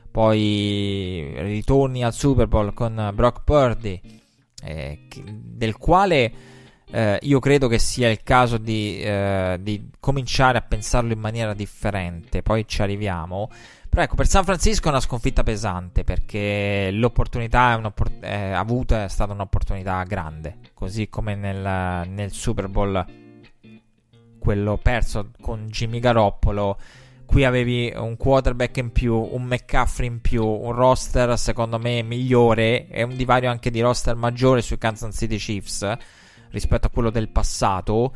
poi ritorni al Super Bowl con Brock Purdy, del quale io credo che sia il caso di cominciare a pensarlo in maniera differente. Poi ci arriviamo. Però ecco, per San Francisco è una sconfitta pesante, perché l'opportunità avuta è stata un'opportunità grande, così come nel Super Bowl, quello perso con Jimmy Garoppolo. Qui avevi un quarterback in più, un McCaffrey in più, un roster secondo me migliore, e un divario anche di roster maggiore sui Kansas City Chiefs rispetto a quello del passato.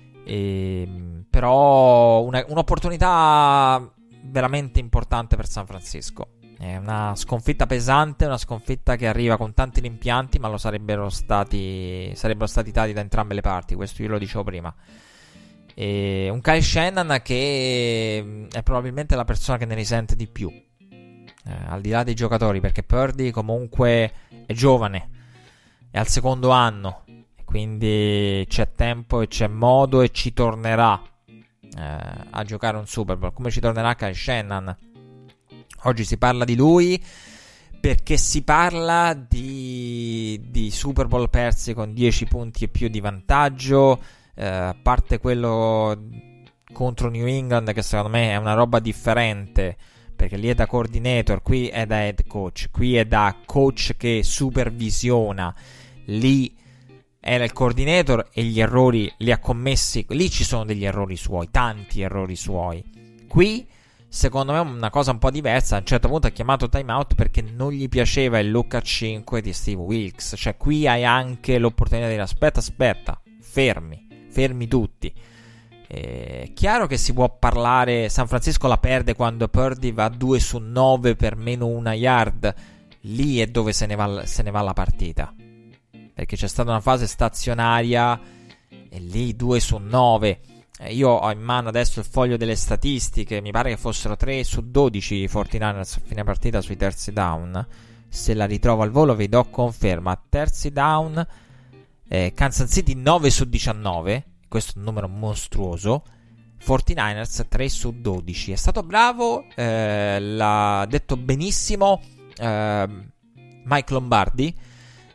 Però un'opportunità veramente importante per San Francisco. È una sconfitta pesante, una sconfitta che arriva con tanti rimpianti, ma sarebbero stati dati da entrambe le parti. Questo io lo dicevo prima. E un Kyle Shanahan che è probabilmente la persona che ne risente di più, al di là dei giocatori, perché Purdy comunque è giovane, è al secondo anno, quindi c'è tempo e c'è modo, e ci tornerà a giocare un Super Bowl, come ci tornerà Kyle Shanahan. Oggi si parla di lui perché si parla di Super Bowl persi con 10 punti e più di vantaggio, a parte quello contro New England, che secondo me è una roba differente, perché lì è da coordinator, qui è da head coach, qui è da coach che supervisiona. Lì era il coordinator e gli errori li ha commessi. Lì ci sono degli errori suoi, tanti errori suoi. Qui secondo me è una cosa un po' diversa. A un certo punto ha chiamato timeout perché non gli piaceva il look a 5 di Steve Wilkes. Cioè qui hai anche l'opportunità di dire aspetta, fermi tutti. È chiaro che si può parlare. San Francisco la perde quando Purdy va 2 su 9 per meno 1 yard. Lì è dove se ne va la partita, perché c'è stata una fase stazionaria e lì 2 su 9. Io ho in mano adesso il foglio delle statistiche, mi pare che fossero 3 su 12 i 49ers a fine partita sui terzi down. Se la ritrovo al volo vi do conferma. Terzi down, Kansas City 9 su 19, questo è un numero mostruoso. 49ers 3 su 12. È stato bravo, l'ha detto benissimo Mike Lombardi,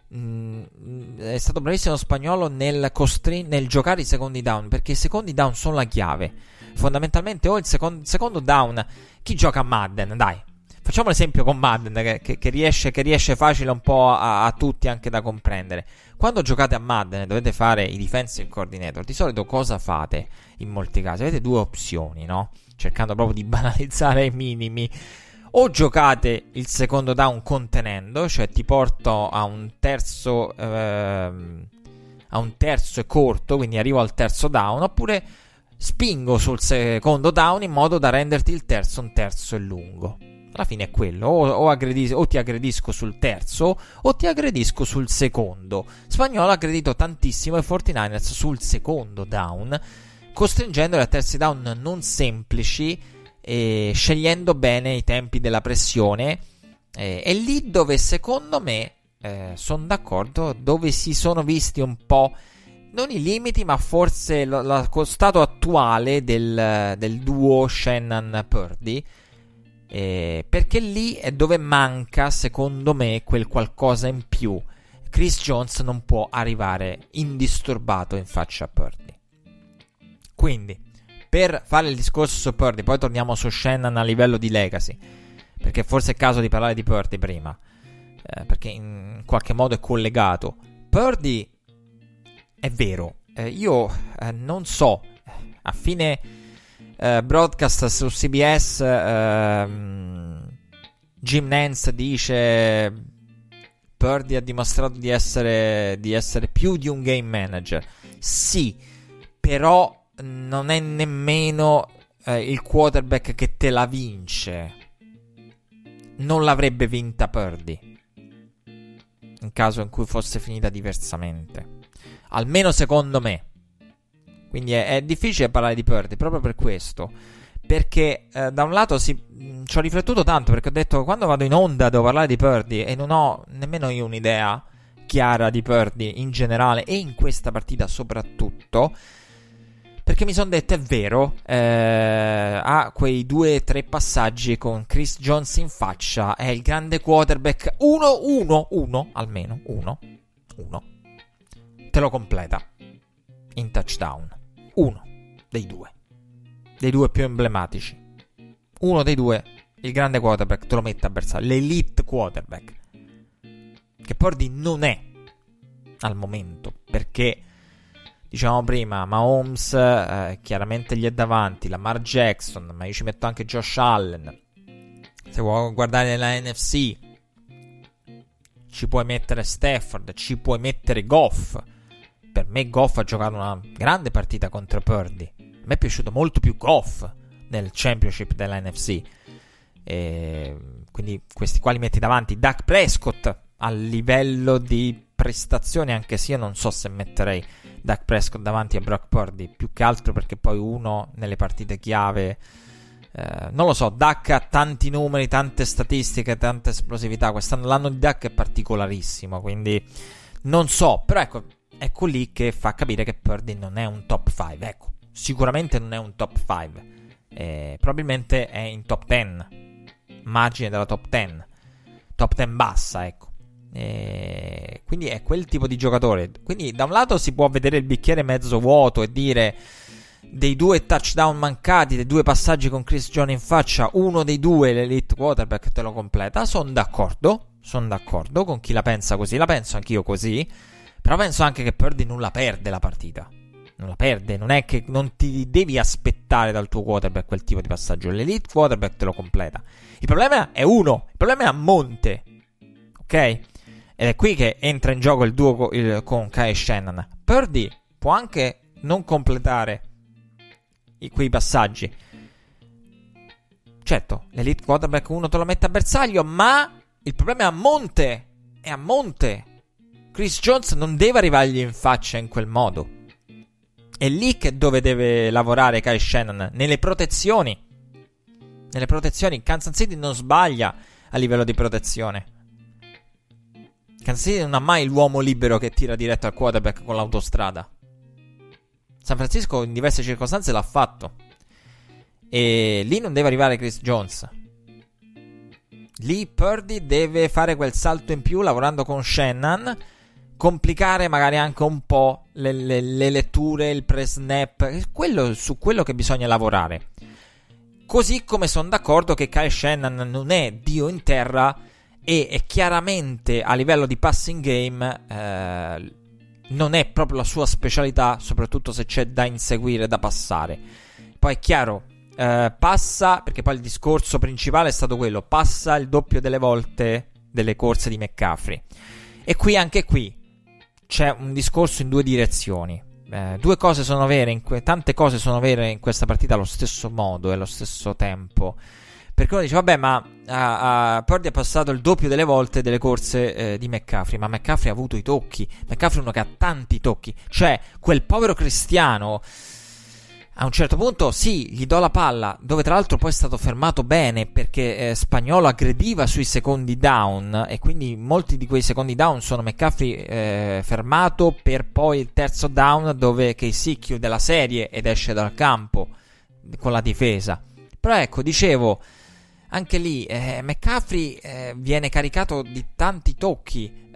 è stato bravissimo lo spagnolo nel giocare i secondi down, perché i secondi down sono la chiave. Fondamentalmente, o il secondo down, chi gioca a Madden, dai, facciamo l'esempio con Madden, che riesce facile un po' a tutti anche da comprendere. Quando giocate a Madden e dovete fare i defensive coordinator, di solito cosa fate in molti casi? Avete due opzioni, no? Cercando proprio di banalizzare ai minimi. O giocate il secondo down contenendo, cioè ti porto a un terzo e corto, quindi arrivo al terzo down, oppure spingo sul secondo down in modo da renderti il terzo un terzo e lungo. Alla fine è quello, o ti aggredisco sul terzo o ti aggredisco sul secondo. Spagnuolo ha aggredito tantissimo i 49ers sul secondo down, costringendoli a terzi down non semplici e scegliendo bene i tempi della pressione. È lì dove secondo me sono d'accordo, dove si sono visti un po' non i limiti, ma forse lo stato attuale del duo Shannon-Purdy, perché lì è dove manca secondo me quel qualcosa in più. Chris Jones non può arrivare indisturbato in faccia a Purdy. Quindi, per fare il discorso su Purdy, poi torniamo su Shannon a livello di legacy, perché forse è caso di parlare di Purdy prima, perché in qualche modo è collegato. Purdy è vero, io non so, a fine broadcast su CBS Jim Nantz dice Purdy ha dimostrato di essere più di un game manager. Sì, però non è nemmeno il quarterback che te la vince. Non l'avrebbe vinta Purdy in caso in cui fosse finita diversamente, almeno secondo me. Quindi è difficile parlare di Purdy proprio per questo, perché da un lato ci ho riflettuto tanto, perché ho detto quando vado in onda devo parlare di Purdy e non ho nemmeno io un'idea chiara di Purdy in generale e in questa partita soprattutto, perché mi sono detto è vero, ha quei 2-3 passaggi con Chris Jones in faccia, è il grande quarterback, uno almeno uno te lo completa in touchdown. Uno dei due più emblematici, uno dei due, il grande quarterback, te lo mette a bersaglio, l'elite quarterback, che Purdy non è al momento, perché diciamo prima Mahomes chiaramente gli è davanti, Lamar Jackson, ma io ci metto anche Josh Allen. Se vuoi guardare nella NFC ci puoi mettere Stafford, ci puoi mettere Goff. Per me Goff ha giocato una grande partita contro Purdy. A me è piaciuto molto più Goff nel championship della NFC. Quindi questi qua li metti davanti. Dak Prescott a livello di prestazione, anche se io non so se metterei Dak Prescott davanti a Brock Purdy, più che altro perché poi uno nelle partite chiave non lo so. Dak ha tanti numeri, tante statistiche, tanta esplosività. Quest'anno l'anno di Dak è particolarissimo, quindi non so, però ecco lì che fa capire che Purdy non è un top 5. Ecco, sicuramente non è un top 5, probabilmente è in top 10, margine della top 10 bassa, ecco. Quindi è quel tipo di giocatore. Quindi da un lato si può vedere il bicchiere mezzo vuoto e dire dei 2 touchdown mancati, dei 2 passaggi con Chris Jones in faccia, uno dei 2 l'elite quarterback te lo completa. Sono d'accordo con chi la pensa così, la penso anch'io così. Però penso anche che Purdy non la perde la partita. Non la perde, non è che non ti devi aspettare dal tuo quarterback quel tipo di passaggio. L'elite quarterback te lo completa. Il problema è il problema è a monte, ok? Ed è qui che entra in gioco il duo con Kyle Shanahan. Purdy può anche non completare quei passaggi. Certo, l'elite quarterback uno te lo mette a bersaglio, ma il problema è a monte. È a monte. Chris Jones non deve arrivargli in faccia in quel modo. È lì che dove deve lavorare Kyle Shanahan, nelle protezioni. Kansas City non sbaglia a livello di protezione. Kansas City non ha mai l'uomo libero che tira diretto al quarterback con l'autostrada. San Francisco in diverse circostanze l'ha fatto, e lì non deve arrivare Chris Jones. Lì Purdy deve fare quel salto in più lavorando con Shanahan complicare magari anche un po' le letture, il pre-snap, su quello che bisogna lavorare. Così come sono d'accordo che Kyle Shanahan non è Dio in terra e è chiaramente a livello di passing game non è proprio la sua specialità, soprattutto se c'è da inseguire, da passare. Poi è chiaro, passa, perché poi il discorso principale è stato quello, passa il doppio delle volte delle corse di McCaffrey. E anche qui c'è un discorso in due direzioni. Due cose sono vere, tante cose sono vere in questa partita allo stesso modo e allo stesso tempo. Perché uno dice, vabbè, ma Purdy ha passato il doppio delle volte delle corse di McCaffrey, ma McCaffrey ha avuto i tocchi. McCaffrey è uno che ha tanti tocchi. Cioè, quel povero Cristiano, a un certo punto, sì, gli do la palla, dove tra l'altro poi è stato fermato bene, perché Spagnuolo aggrediva sui secondi down, e quindi molti di quei secondi down sono McCaffrey fermato per poi il terzo down, dove KC chiude la serie ed esce dal campo con la difesa. Però ecco, dicevo, anche lì McCaffrey viene caricato di tanti tocchi.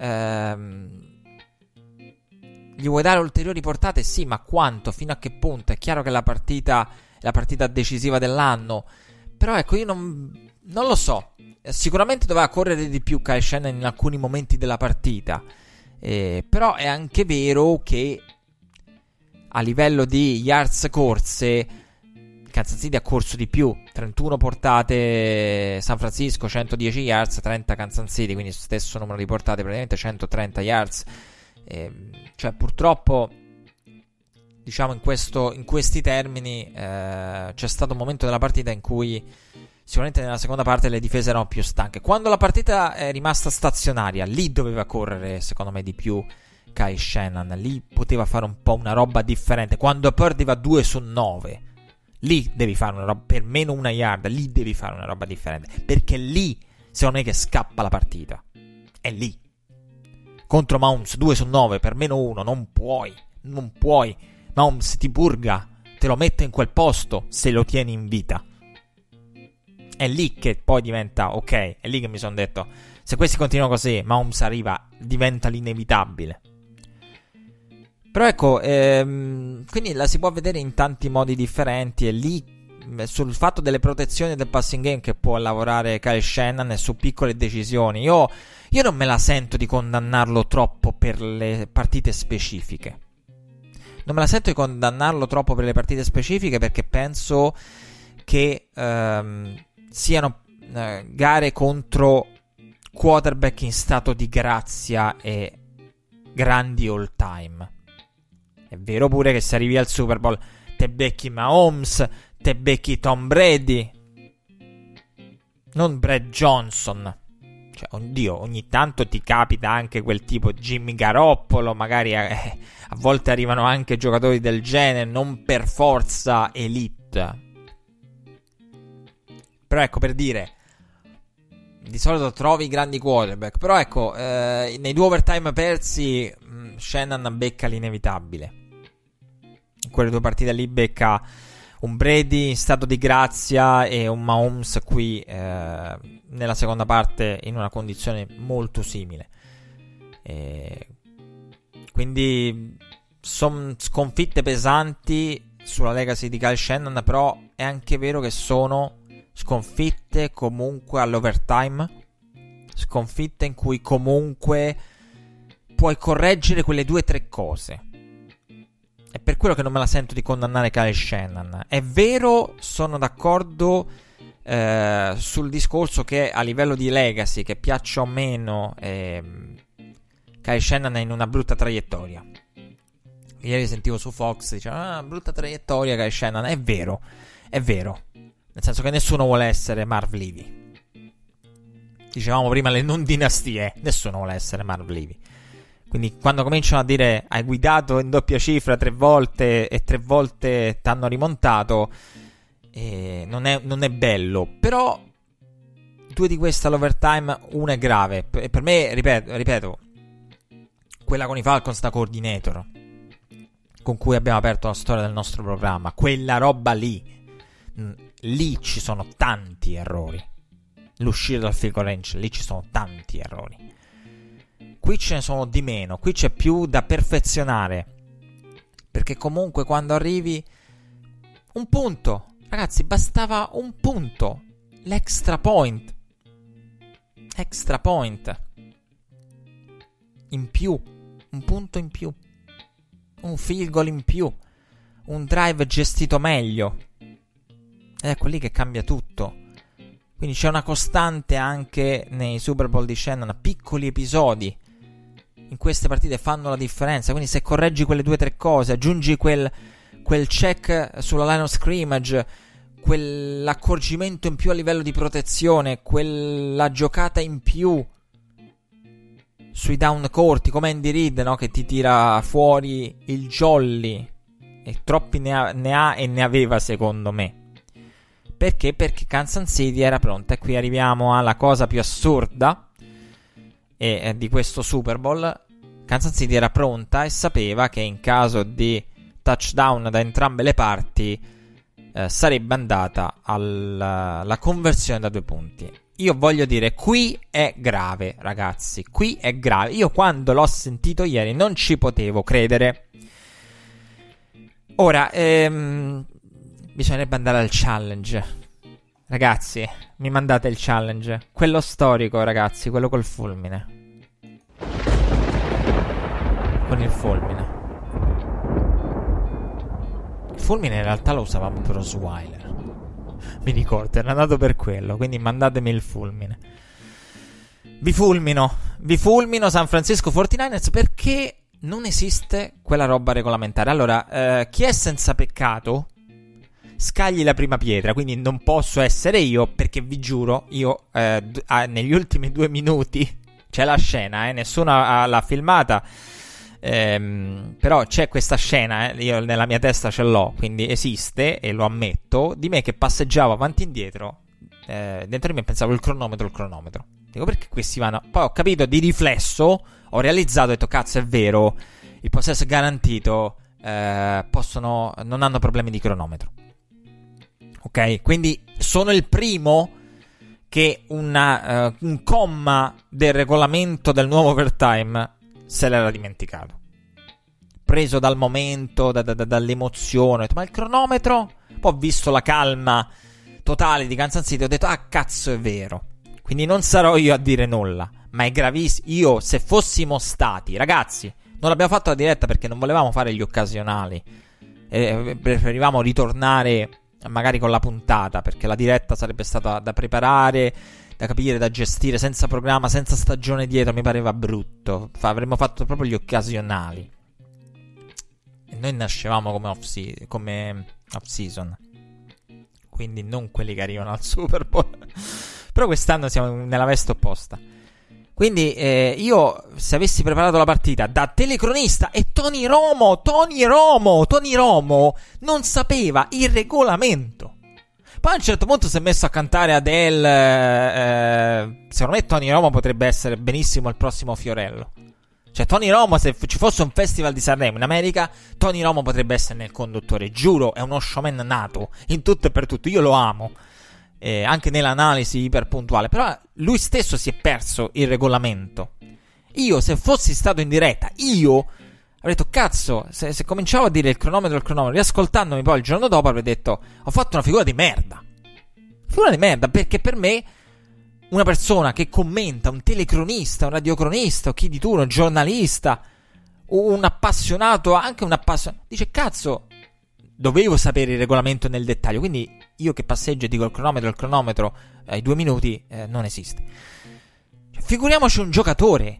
Gli vuoi dare ulteriori portate? Sì, ma quanto? Fino a che punto? È chiaro che la partita è la partita decisiva dell'anno, però ecco, io non lo so. Sicuramente doveva correre di più Kyle Shanahan in alcuni momenti della partita, però è anche vero che a livello di yards corse Kansas City ha corso di più, 31 portate San Francisco, 110 yards, 30 Kansas City, quindi stesso numero di portate, praticamente 130 yards. Cioè, purtroppo, diciamo, in questi termini c'è stato un momento della partita in cui sicuramente nella seconda parte le difese erano più stanche. Quando la partita è rimasta stazionaria, lì doveva correre secondo me di più Kyle Shanahan, lì poteva fare un po' una roba differente. Quando Purdy va 2 su 9, lì devi fare una roba, per meno una yard, lì devi fare una roba differente, perché lì secondo me che scappa la partita, è lì. Contro Mahomes 2 su 9 per meno 1 non puoi. Mahomes ti purga, te lo mette in quel posto se lo tieni in vita. È lì che poi diventa ok, è lì che mi sono detto, se questi continuano così, Mahomes arriva, diventa l'inevitabile. Però ecco, quindi la si può vedere in tanti modi differenti, e lì sul fatto delle protezioni del passing game che può lavorare Kyle Shanahan e su piccole decisioni, io non me la sento di condannarlo troppo per le partite specifiche. Non me la sento di condannarlo troppo per le partite specifiche, perché penso che siano gare contro quarterback in stato di grazia e grandi all time. È vero pure che se arrivi al Super Bowl te becchi Mahomes, te becchi Tom Brady, non Brad Johnson. Cioè, oddio, ogni tanto ti capita anche quel tipo Jimmy Garoppolo, magari a volte arrivano anche giocatori del genere, non per forza elite. Però ecco, per dire, di solito trovi grandi quarterback, però ecco, nei due overtime persi Shanahan becca l'inevitabile. In quelle due partite lì becca un Brady in stato di grazia e un Mahomes qui nella seconda parte in una condizione molto simile. Quindi sono sconfitte pesanti sulla legacy di Kyle Shanahan, però è anche vero che sono sconfitte comunque all'overtime, sconfitte in cui comunque puoi correggere quelle 2 o 3 cose. È per quello che non me la sento di condannare Kyle Shanahan. È vero, sono d'accordo sul discorso che a livello di legacy, che piaccia o meno, Kyle Shanahan è in una brutta traiettoria. Ieri sentivo su Fox, diceva, brutta traiettoria Kyle Shanahan. È vero, nel senso che nessuno vuole essere Marv Levy. Dicevamo prima le non dinastie, nessuno vuole essere Marv Levy. Quindi quando cominciano a dire hai guidato in doppia cifra 3 volte e 3 volte t'hanno rimontato, non è bello. Però 2 di queste all'overtime, una è grave. Per me, ripeto, quella con i Falcons da coordinator, con cui abbiamo aperto la storia del nostro programma, quella roba lì ci sono tanti errori. L'uscire dal field goal range, lì ci sono tanti errori. Qui ce ne sono di meno, qui c'è più da perfezionare, perché comunque quando arrivi un punto, ragazzi, bastava un punto, l'extra point in più, un punto in più, un field goal in più, un drive gestito meglio, ed ecco lì che cambia tutto. Quindi c'è una costante anche nei Super Bowl di Shannon, piccoli episodi in queste partite fanno la differenza. Quindi se correggi quelle 2 o 3 cose, aggiungi quel check sulla line of scrimmage, quell'accorgimento in più a livello di protezione, quella giocata in più sui down corti, come Andy Reid, no? Che ti tira fuori il jolly, e troppi ne ha e ne aveva secondo me. Perché? Perché Kansas City era pronta. E qui arriviamo alla cosa più assurda di questo Super Bowl. Kansas City era pronta e sapeva che in caso di touchdown da entrambe le parti sarebbe andata alla conversione da 2 punti. Io voglio dire, qui è grave, ragazzi, qui è grave. Io quando l'ho sentito ieri non ci potevo credere. Ora, bisognerebbe andare al challenge. Ragazzi, mi mandate il challenge. Quello storico, ragazzi, quello col fulmine. Con il fulmine. Il fulmine in realtà lo usavamo per Osweiler. Mi ricordo, era nato per quello. Quindi mandatemi il fulmine. Vi fulmino San Francisco 49ers, perché non esiste quella roba regolamentare. Allora, chi è senza peccato scagli la prima pietra. Quindi non posso essere io, perché vi giuro, io negli ultimi 2 minuti c'è la scena, nessuno l'ha filmata, però c'è questa scena, io nella mia testa ce l'ho, quindi esiste e lo ammetto, di me che passeggiavo avanti e indietro, dentro di me pensavo il cronometro. Dico, perché questi vanno? Poi ho capito di riflesso, ho realizzato, ho detto cazzo, è vero, il possesso è garantito, non hanno problemi di cronometro. Ok, quindi sono il primo che un comma del regolamento del nuovo overtime se l'era dimenticato, preso dal momento, dall'emozione. Ho detto, ma il cronometro? Poi ho visto la calma totale di Kansas City, ho detto cazzo, è vero. Quindi non sarò io a dire nulla, ma è gravissimo. Io, se fossimo stati, ragazzi, non l'abbiamo fatto la diretta perché non volevamo fare gli occasionali, preferivamo ritornare magari con la puntata, perché la diretta sarebbe stata da preparare, da capire, da gestire, senza programma, senza stagione dietro, mi pareva brutto. Avremmo fatto proprio gli occasionali e noi nascevamo come off-season, quindi non quelli che arrivano al Super Bowl. Però quest'anno siamo nella veste opposta. Quindi io, se avessi preparato la partita da telecronista, e Tony Romo non sapeva il regolamento. Poi a un certo punto si è messo a cantare Adele. Secondo me Tony Romo potrebbe essere benissimo il prossimo Fiorello. Cioè Tony Romo, se ci fosse un festival di Sanremo in America, Tony Romo potrebbe essere nel conduttore. Giuro, è uno showman nato in tutto e per tutto. Io lo amo, anche nell'analisi iperpuntuale. Però lui stesso si è perso il regolamento. Io, se fossi stato in diretta, avrei detto cazzo, se cominciavo a dire il cronometro, riascoltandomi poi il giorno dopo avrei detto ho fatto una figura di merda, perché per me una persona che commenta, un telecronista, un radiocronista, o chi di turno, un giornalista, un appassionato, anche un appassionato, dice cazzo, dovevo sapere il regolamento nel dettaglio. Quindi io che passeggio e dico il cronometro ai 2 minuti, non esiste. Figuriamoci un giocatore.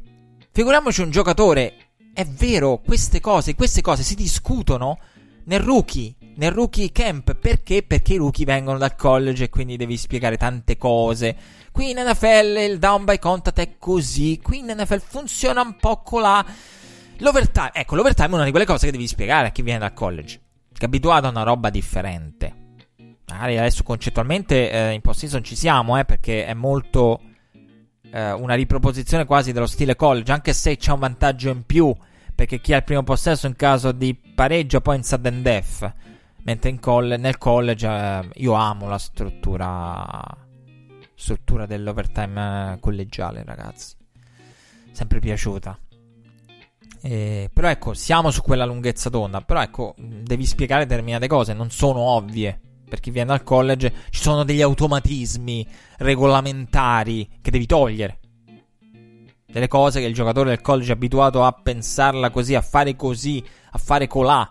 È vero, queste cose si discutono nel rookie camp. Perché? Perché i rookie vengono dal college e quindi devi spiegare tante cose. Qui in NFL il down by contact è così, qui in NFL funziona un po' colà. L'overtime è una di quelle cose che devi spiegare a chi viene dal college, che è abituato a una roba differente. Magari adesso concettualmente in post-season ci siamo, perché è molto una riproposizione quasi dello stile college, anche se c'è un vantaggio in più, perché chi ha il primo possesso in caso di pareggio poi in sudden death, mentre nel college io amo la struttura dell'overtime collegiale, ragazzi. sempre piaciuta. Però ecco, siamo su quella lunghezza d'onda. Però ecco, devi spiegare determinate cose, non sono ovvie. Per chi viene dal college ci sono degli automatismi regolamentari che devi togliere. Delle cose che il giocatore del college è abituato a pensarla così, a fare colà.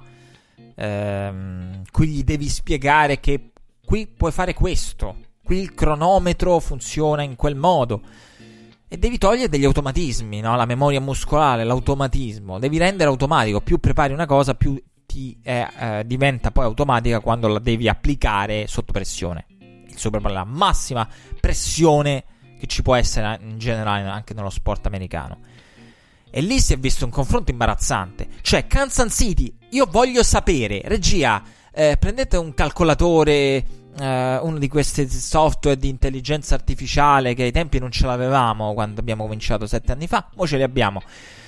Qui gli devi spiegare che qui puoi fare questo, qui il cronometro funziona in quel modo. E devi togliere degli automatismi, no? La memoria muscolare, l'automatismo. Devi rendere automatico. Più prepari una cosa, più diventa poi automatica quando la devi applicare sotto pressione. Il Super Bowl è la massima pressione che ci può essere in generale anche nello sport americano. E lì si è visto un confronto imbarazzante. Cioè, Kansas City, io voglio sapere, regia, prendete un calcolatore, uno di questi software di intelligenza artificiale che ai tempi non ce l'avevamo quando abbiamo cominciato 7 anni fa, ora ce li abbiamo.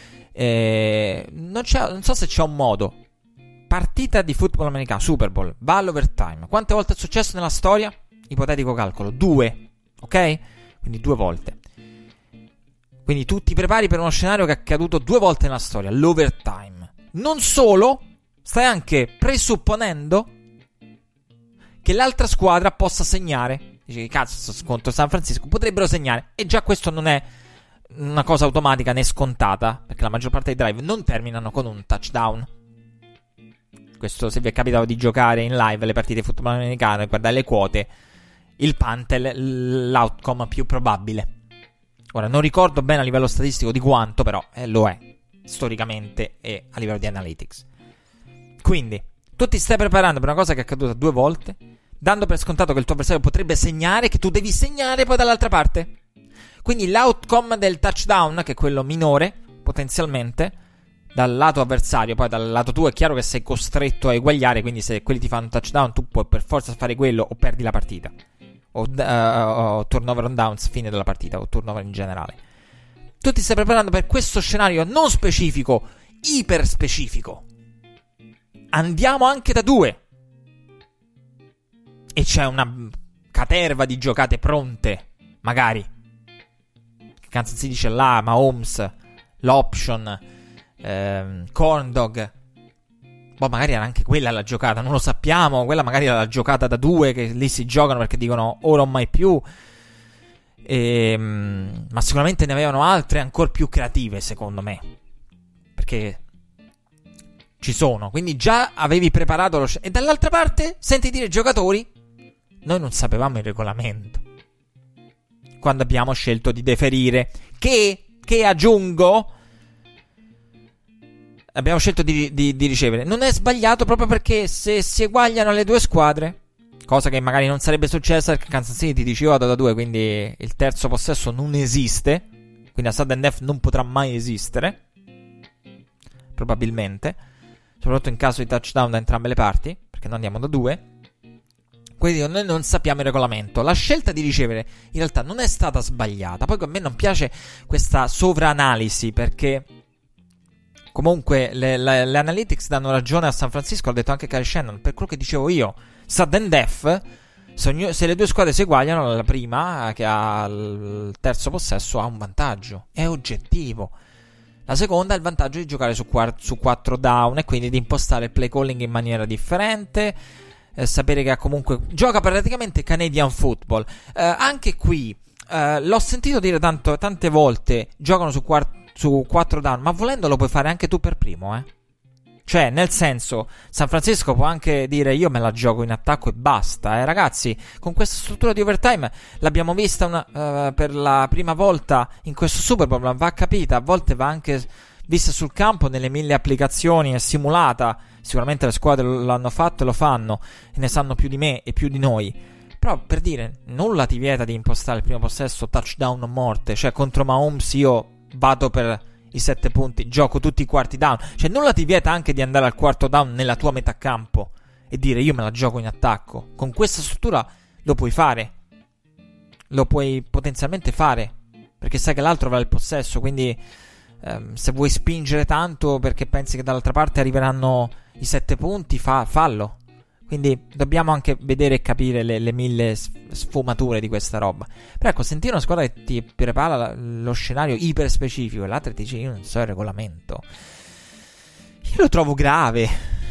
Non so se c'è un modo. Partita di football americano, Super Bowl, va all'overtime. Quante volte è successo nella storia? Ipotetico calcolo, 2, ok? Quindi 2 volte. Quindi tu ti prepari per uno scenario che è accaduto 2 volte nella storia, l'overtime. Non solo, stai anche presupponendo che l'altra squadra possa segnare. Dici, cazzo, contro San Francisco potrebbero segnare. E già questo non è una cosa automatica né scontata, perché la maggior parte dei drive non terminano con un touchdown. Questo, se vi è capitato di giocare in live le partite di football americano e guardare le quote, il punt è l'outcome più probabile. Ora, non ricordo bene a livello statistico di quanto, però lo è, storicamente e a livello di analytics. Quindi, tu ti stai preparando per una cosa che è accaduta 2 volte, dando per scontato che il tuo avversario potrebbe segnare, che tu devi segnare poi dall'altra parte. Quindi l'outcome del touchdown, che è quello minore, potenzialmente, dal lato avversario, poi dal lato tuo è chiaro che sei costretto a eguagliare, quindi se quelli ti fanno un touchdown tu puoi per forza fare quello o perdi la partita. O turnover on downs, fine della partita, o turnover in generale. Tu ti stai preparando per questo scenario non specifico, iper specifico. Andiamo anche da 2. E c'è una caterva di giocate pronte, magari. Kansas City dice là, Mahomes, l'option, corn dog. Boh, magari era anche quella la giocata, non lo sappiamo. Quella magari era la giocata da 2, che lì si giocano perché dicono ora o mai più. Ma sicuramente ne avevano altre ancora più creative, secondo me, perché ci sono. Quindi già avevi preparato e dall'altra parte senti dire giocatori, noi non sapevamo il regolamento quando abbiamo scelto di deferire, che aggiungo, abbiamo scelto di ricevere. Non è sbagliato, proprio perché se si eguagliano le 2 squadre, cosa che magari non sarebbe successa perché Kansas City ti dice io vado da 2, quindi il terzo possesso non esiste, quindi a sudden death non potrà mai esistere, probabilmente, soprattutto in caso di touchdown da entrambe le parti, perché noi andiamo da 2. Quindi noi non sappiamo il regolamento. La scelta di ricevere in realtà non è stata sbagliata. Poi a me non piace questa sovraanalisi, perché comunque le analytics danno ragione a San Francisco. L'ha detto anche Kyle Shannon, per quello che dicevo io. Sudden death, se le 2 squadre si eguagliano, la prima che ha il terzo possesso ha un vantaggio, è oggettivo. La seconda ha il vantaggio di giocare su 4 down e quindi di impostare il play calling in maniera differente, sapere che comunque gioca praticamente Canadian football. Anche qui l'ho sentito dire tante volte, giocano su 4 down, ma volendo lo puoi fare anche tu per primo, Cioè, nel senso, San Francisco può anche dire io me la gioco in attacco e basta, ragazzi. Con questa struttura di overtime l'abbiamo vista per la prima volta in questo Super Bowl, ma va capita, a volte va anche vista sul campo nelle 1000 applicazioni, è simulata. Sicuramente le squadre l'hanno fatto e lo fanno, e ne sanno più di me e più di noi. Però, per dire, nulla ti vieta di impostare il primo possesso touchdown o morte. Cioè, contro Mahomes io vado per i 7 punti, gioco tutti i quarti down. Cioè, nulla ti vieta anche di andare al quarto down nella tua metà campo e dire io me la gioco in attacco. Con questa struttura lo puoi fare, lo puoi potenzialmente fare, perché sai che l'altro avrà il possesso. Quindi se vuoi spingere tanto perché pensi che dall'altra parte arriveranno i 7 punti, fallo. Quindi dobbiamo anche vedere e capire le mille sfumature di questa roba. Però ecco, sentire una squadra che ti prepara lo scenario iper specifico e l'altra ti dice io non so il regolamento, io lo trovo grave,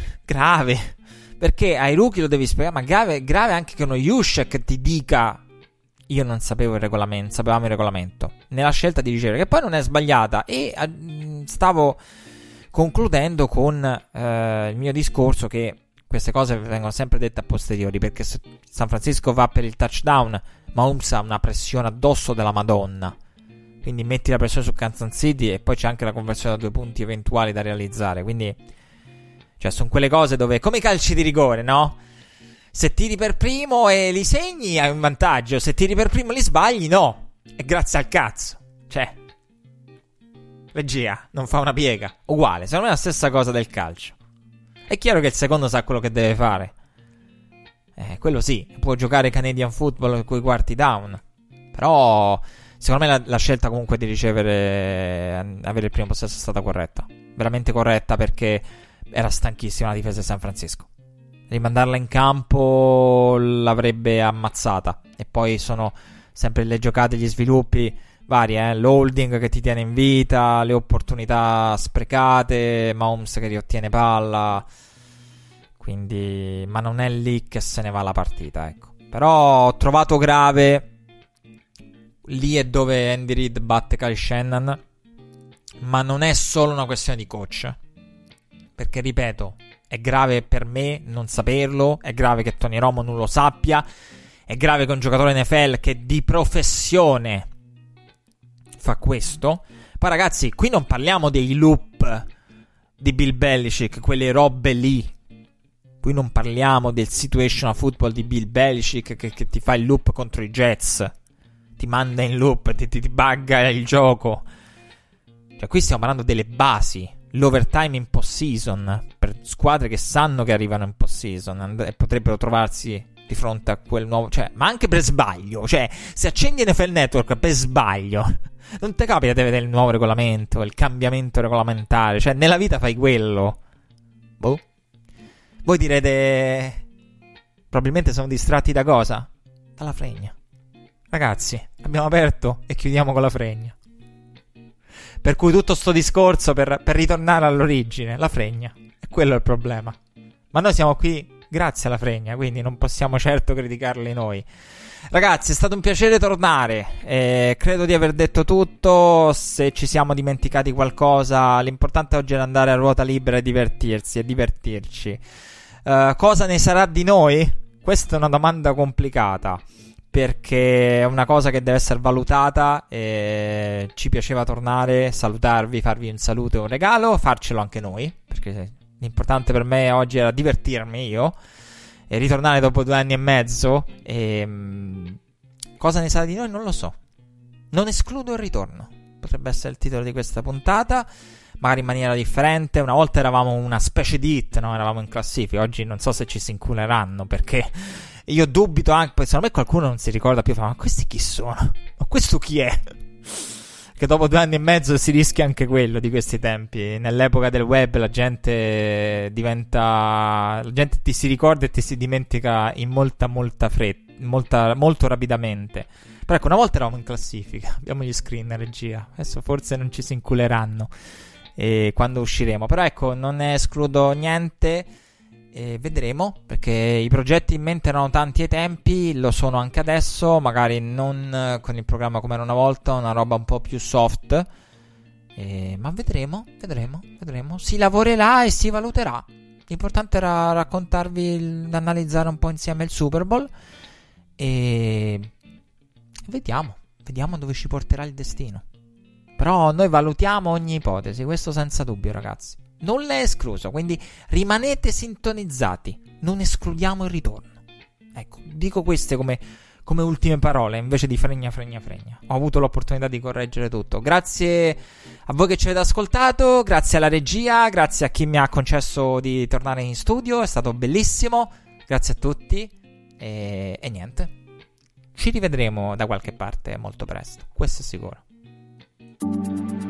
perché ai rookie lo devi spiegare, ma grave anche che uno Juszczyk ti dica io non sapevo il regolamento, sapevamo il regolamento, nella scelta di ricevere, che poi non è sbagliata. E stavo concludendo con il mio discorso che queste cose vengono sempre dette a posteriori, perché se San Francisco va per il touchdown, Mahomes ha una pressione addosso della Madonna, quindi metti la pressione su Kansas City e poi c'è anche la conversione da 2 punti eventuali da realizzare. Quindi, cioè, sono quelle cose dove, come i calci di rigore, no? Se tiri per primo e li segni hai un vantaggio, se tiri per primo e li sbagli no, e grazie al cazzo. Cioè, regia non fa una piega. Uguale, secondo me è la stessa cosa del calcio. È chiaro che il secondo sa quello che deve fare, quello sì, può giocare Canadian Football coi quarti down, però secondo me la scelta comunque di ricevere, avere il primo possesso è stata corretta, veramente corretta, perché era stanchissima la difesa di San Francisco. Rimandarla in campo l'avrebbe ammazzata. E poi sono sempre le giocate, gli sviluppi vari, l'holding che ti tiene in vita, le opportunità sprecate, Mahomes che riottiene palla, quindi, ma non è lì che se ne va la partita, ecco. Però ho trovato grave, lì è dove Andy Reid batte Kyle Shanahan, ma non è solo una questione di coach, perché ripeto, è grave per me non saperlo, è grave che Tony Romo non lo sappia, è grave che un giocatore NFL che di professione fa questo. Poi ragazzi, qui non parliamo dei loop di Bill Belichick, quelle robe lì. Qui non parliamo del situational football di Bill Belichick che ti fa il loop contro i Jets, ti manda in loop, ti bugga il gioco. Cioè qui stiamo parlando delle basi, l'overtime in post-season, per squadre che sanno che arrivano in post-season e potrebbero trovarsi di fronte a quel nuovo, cioè, ma anche per sbaglio, cioè, se accendi NFL Network per sbaglio, non ti capita di vedere il nuovo regolamento, il cambiamento regolamentare, cioè, nella vita fai quello. Boh. Voi direte, probabilmente sono distratti da cosa? Dalla fregna. Ragazzi, abbiamo aperto e chiudiamo con la fregna. Per cui tutto sto discorso per ritornare all'origine, la fregna. E quello è il problema. Ma noi siamo qui grazie alla fregna, quindi non possiamo certo criticarli noi. Ragazzi, è stato un piacere tornare. Credo di aver detto tutto. Se ci siamo dimenticati qualcosa, l'importante oggi è andare a ruota libera e divertirsi e divertirci. Cosa ne sarà di noi? Questa è una domanda complicata, perché è una cosa che deve essere valutata. Ci piaceva tornare, salutarvi, farvi un saluto e un regalo, farcelo anche noi, perché l'importante per me oggi era divertirmi io e ritornare dopo 2 anni e mezzo. Cosa ne sarà di noi non lo so, non escludo il ritorno, potrebbe essere il titolo di questa puntata, magari in maniera differente. Una volta eravamo una specie di hit, no? Eravamo in classifica. Oggi non so se ci si inculeranno, perché io dubito anche, poi secondo me qualcuno non si ricorda più, ma questi chi sono? Ma questo chi è? Che dopo 2 anni e mezzo si rischia anche quello di questi tempi. Nell'epoca del web la gente ti si ricorda e ti si dimentica in molta fretta, molto rapidamente. Però ecco, una volta eravamo in classifica, abbiamo gli screen, regia, adesso forse non ci si inculeranno quando usciremo, però ecco, non ne escludo niente. Vedremo, perché i progetti in mente erano tanti ai tempi, lo sono anche adesso, magari non con il programma come era una volta, una roba un po' più soft, ma vedremo, si lavorerà e si valuterà. L'importante era raccontarvi, analizzare un po' insieme il Super Bowl e vediamo dove ci porterà il destino. Però noi valutiamo ogni ipotesi, questo senza dubbio, ragazzi. Non l'è escluso, quindi rimanete sintonizzati, non escludiamo il ritorno. Ecco, dico queste come ultime parole, invece di fregna. Ho avuto l'opportunità di correggere tutto. Grazie a voi che ci avete ascoltato, grazie alla regia, grazie a chi mi ha concesso di tornare in studio, è stato bellissimo. Grazie a tutti e niente. Ci rivedremo da qualche parte molto presto, questo è sicuro.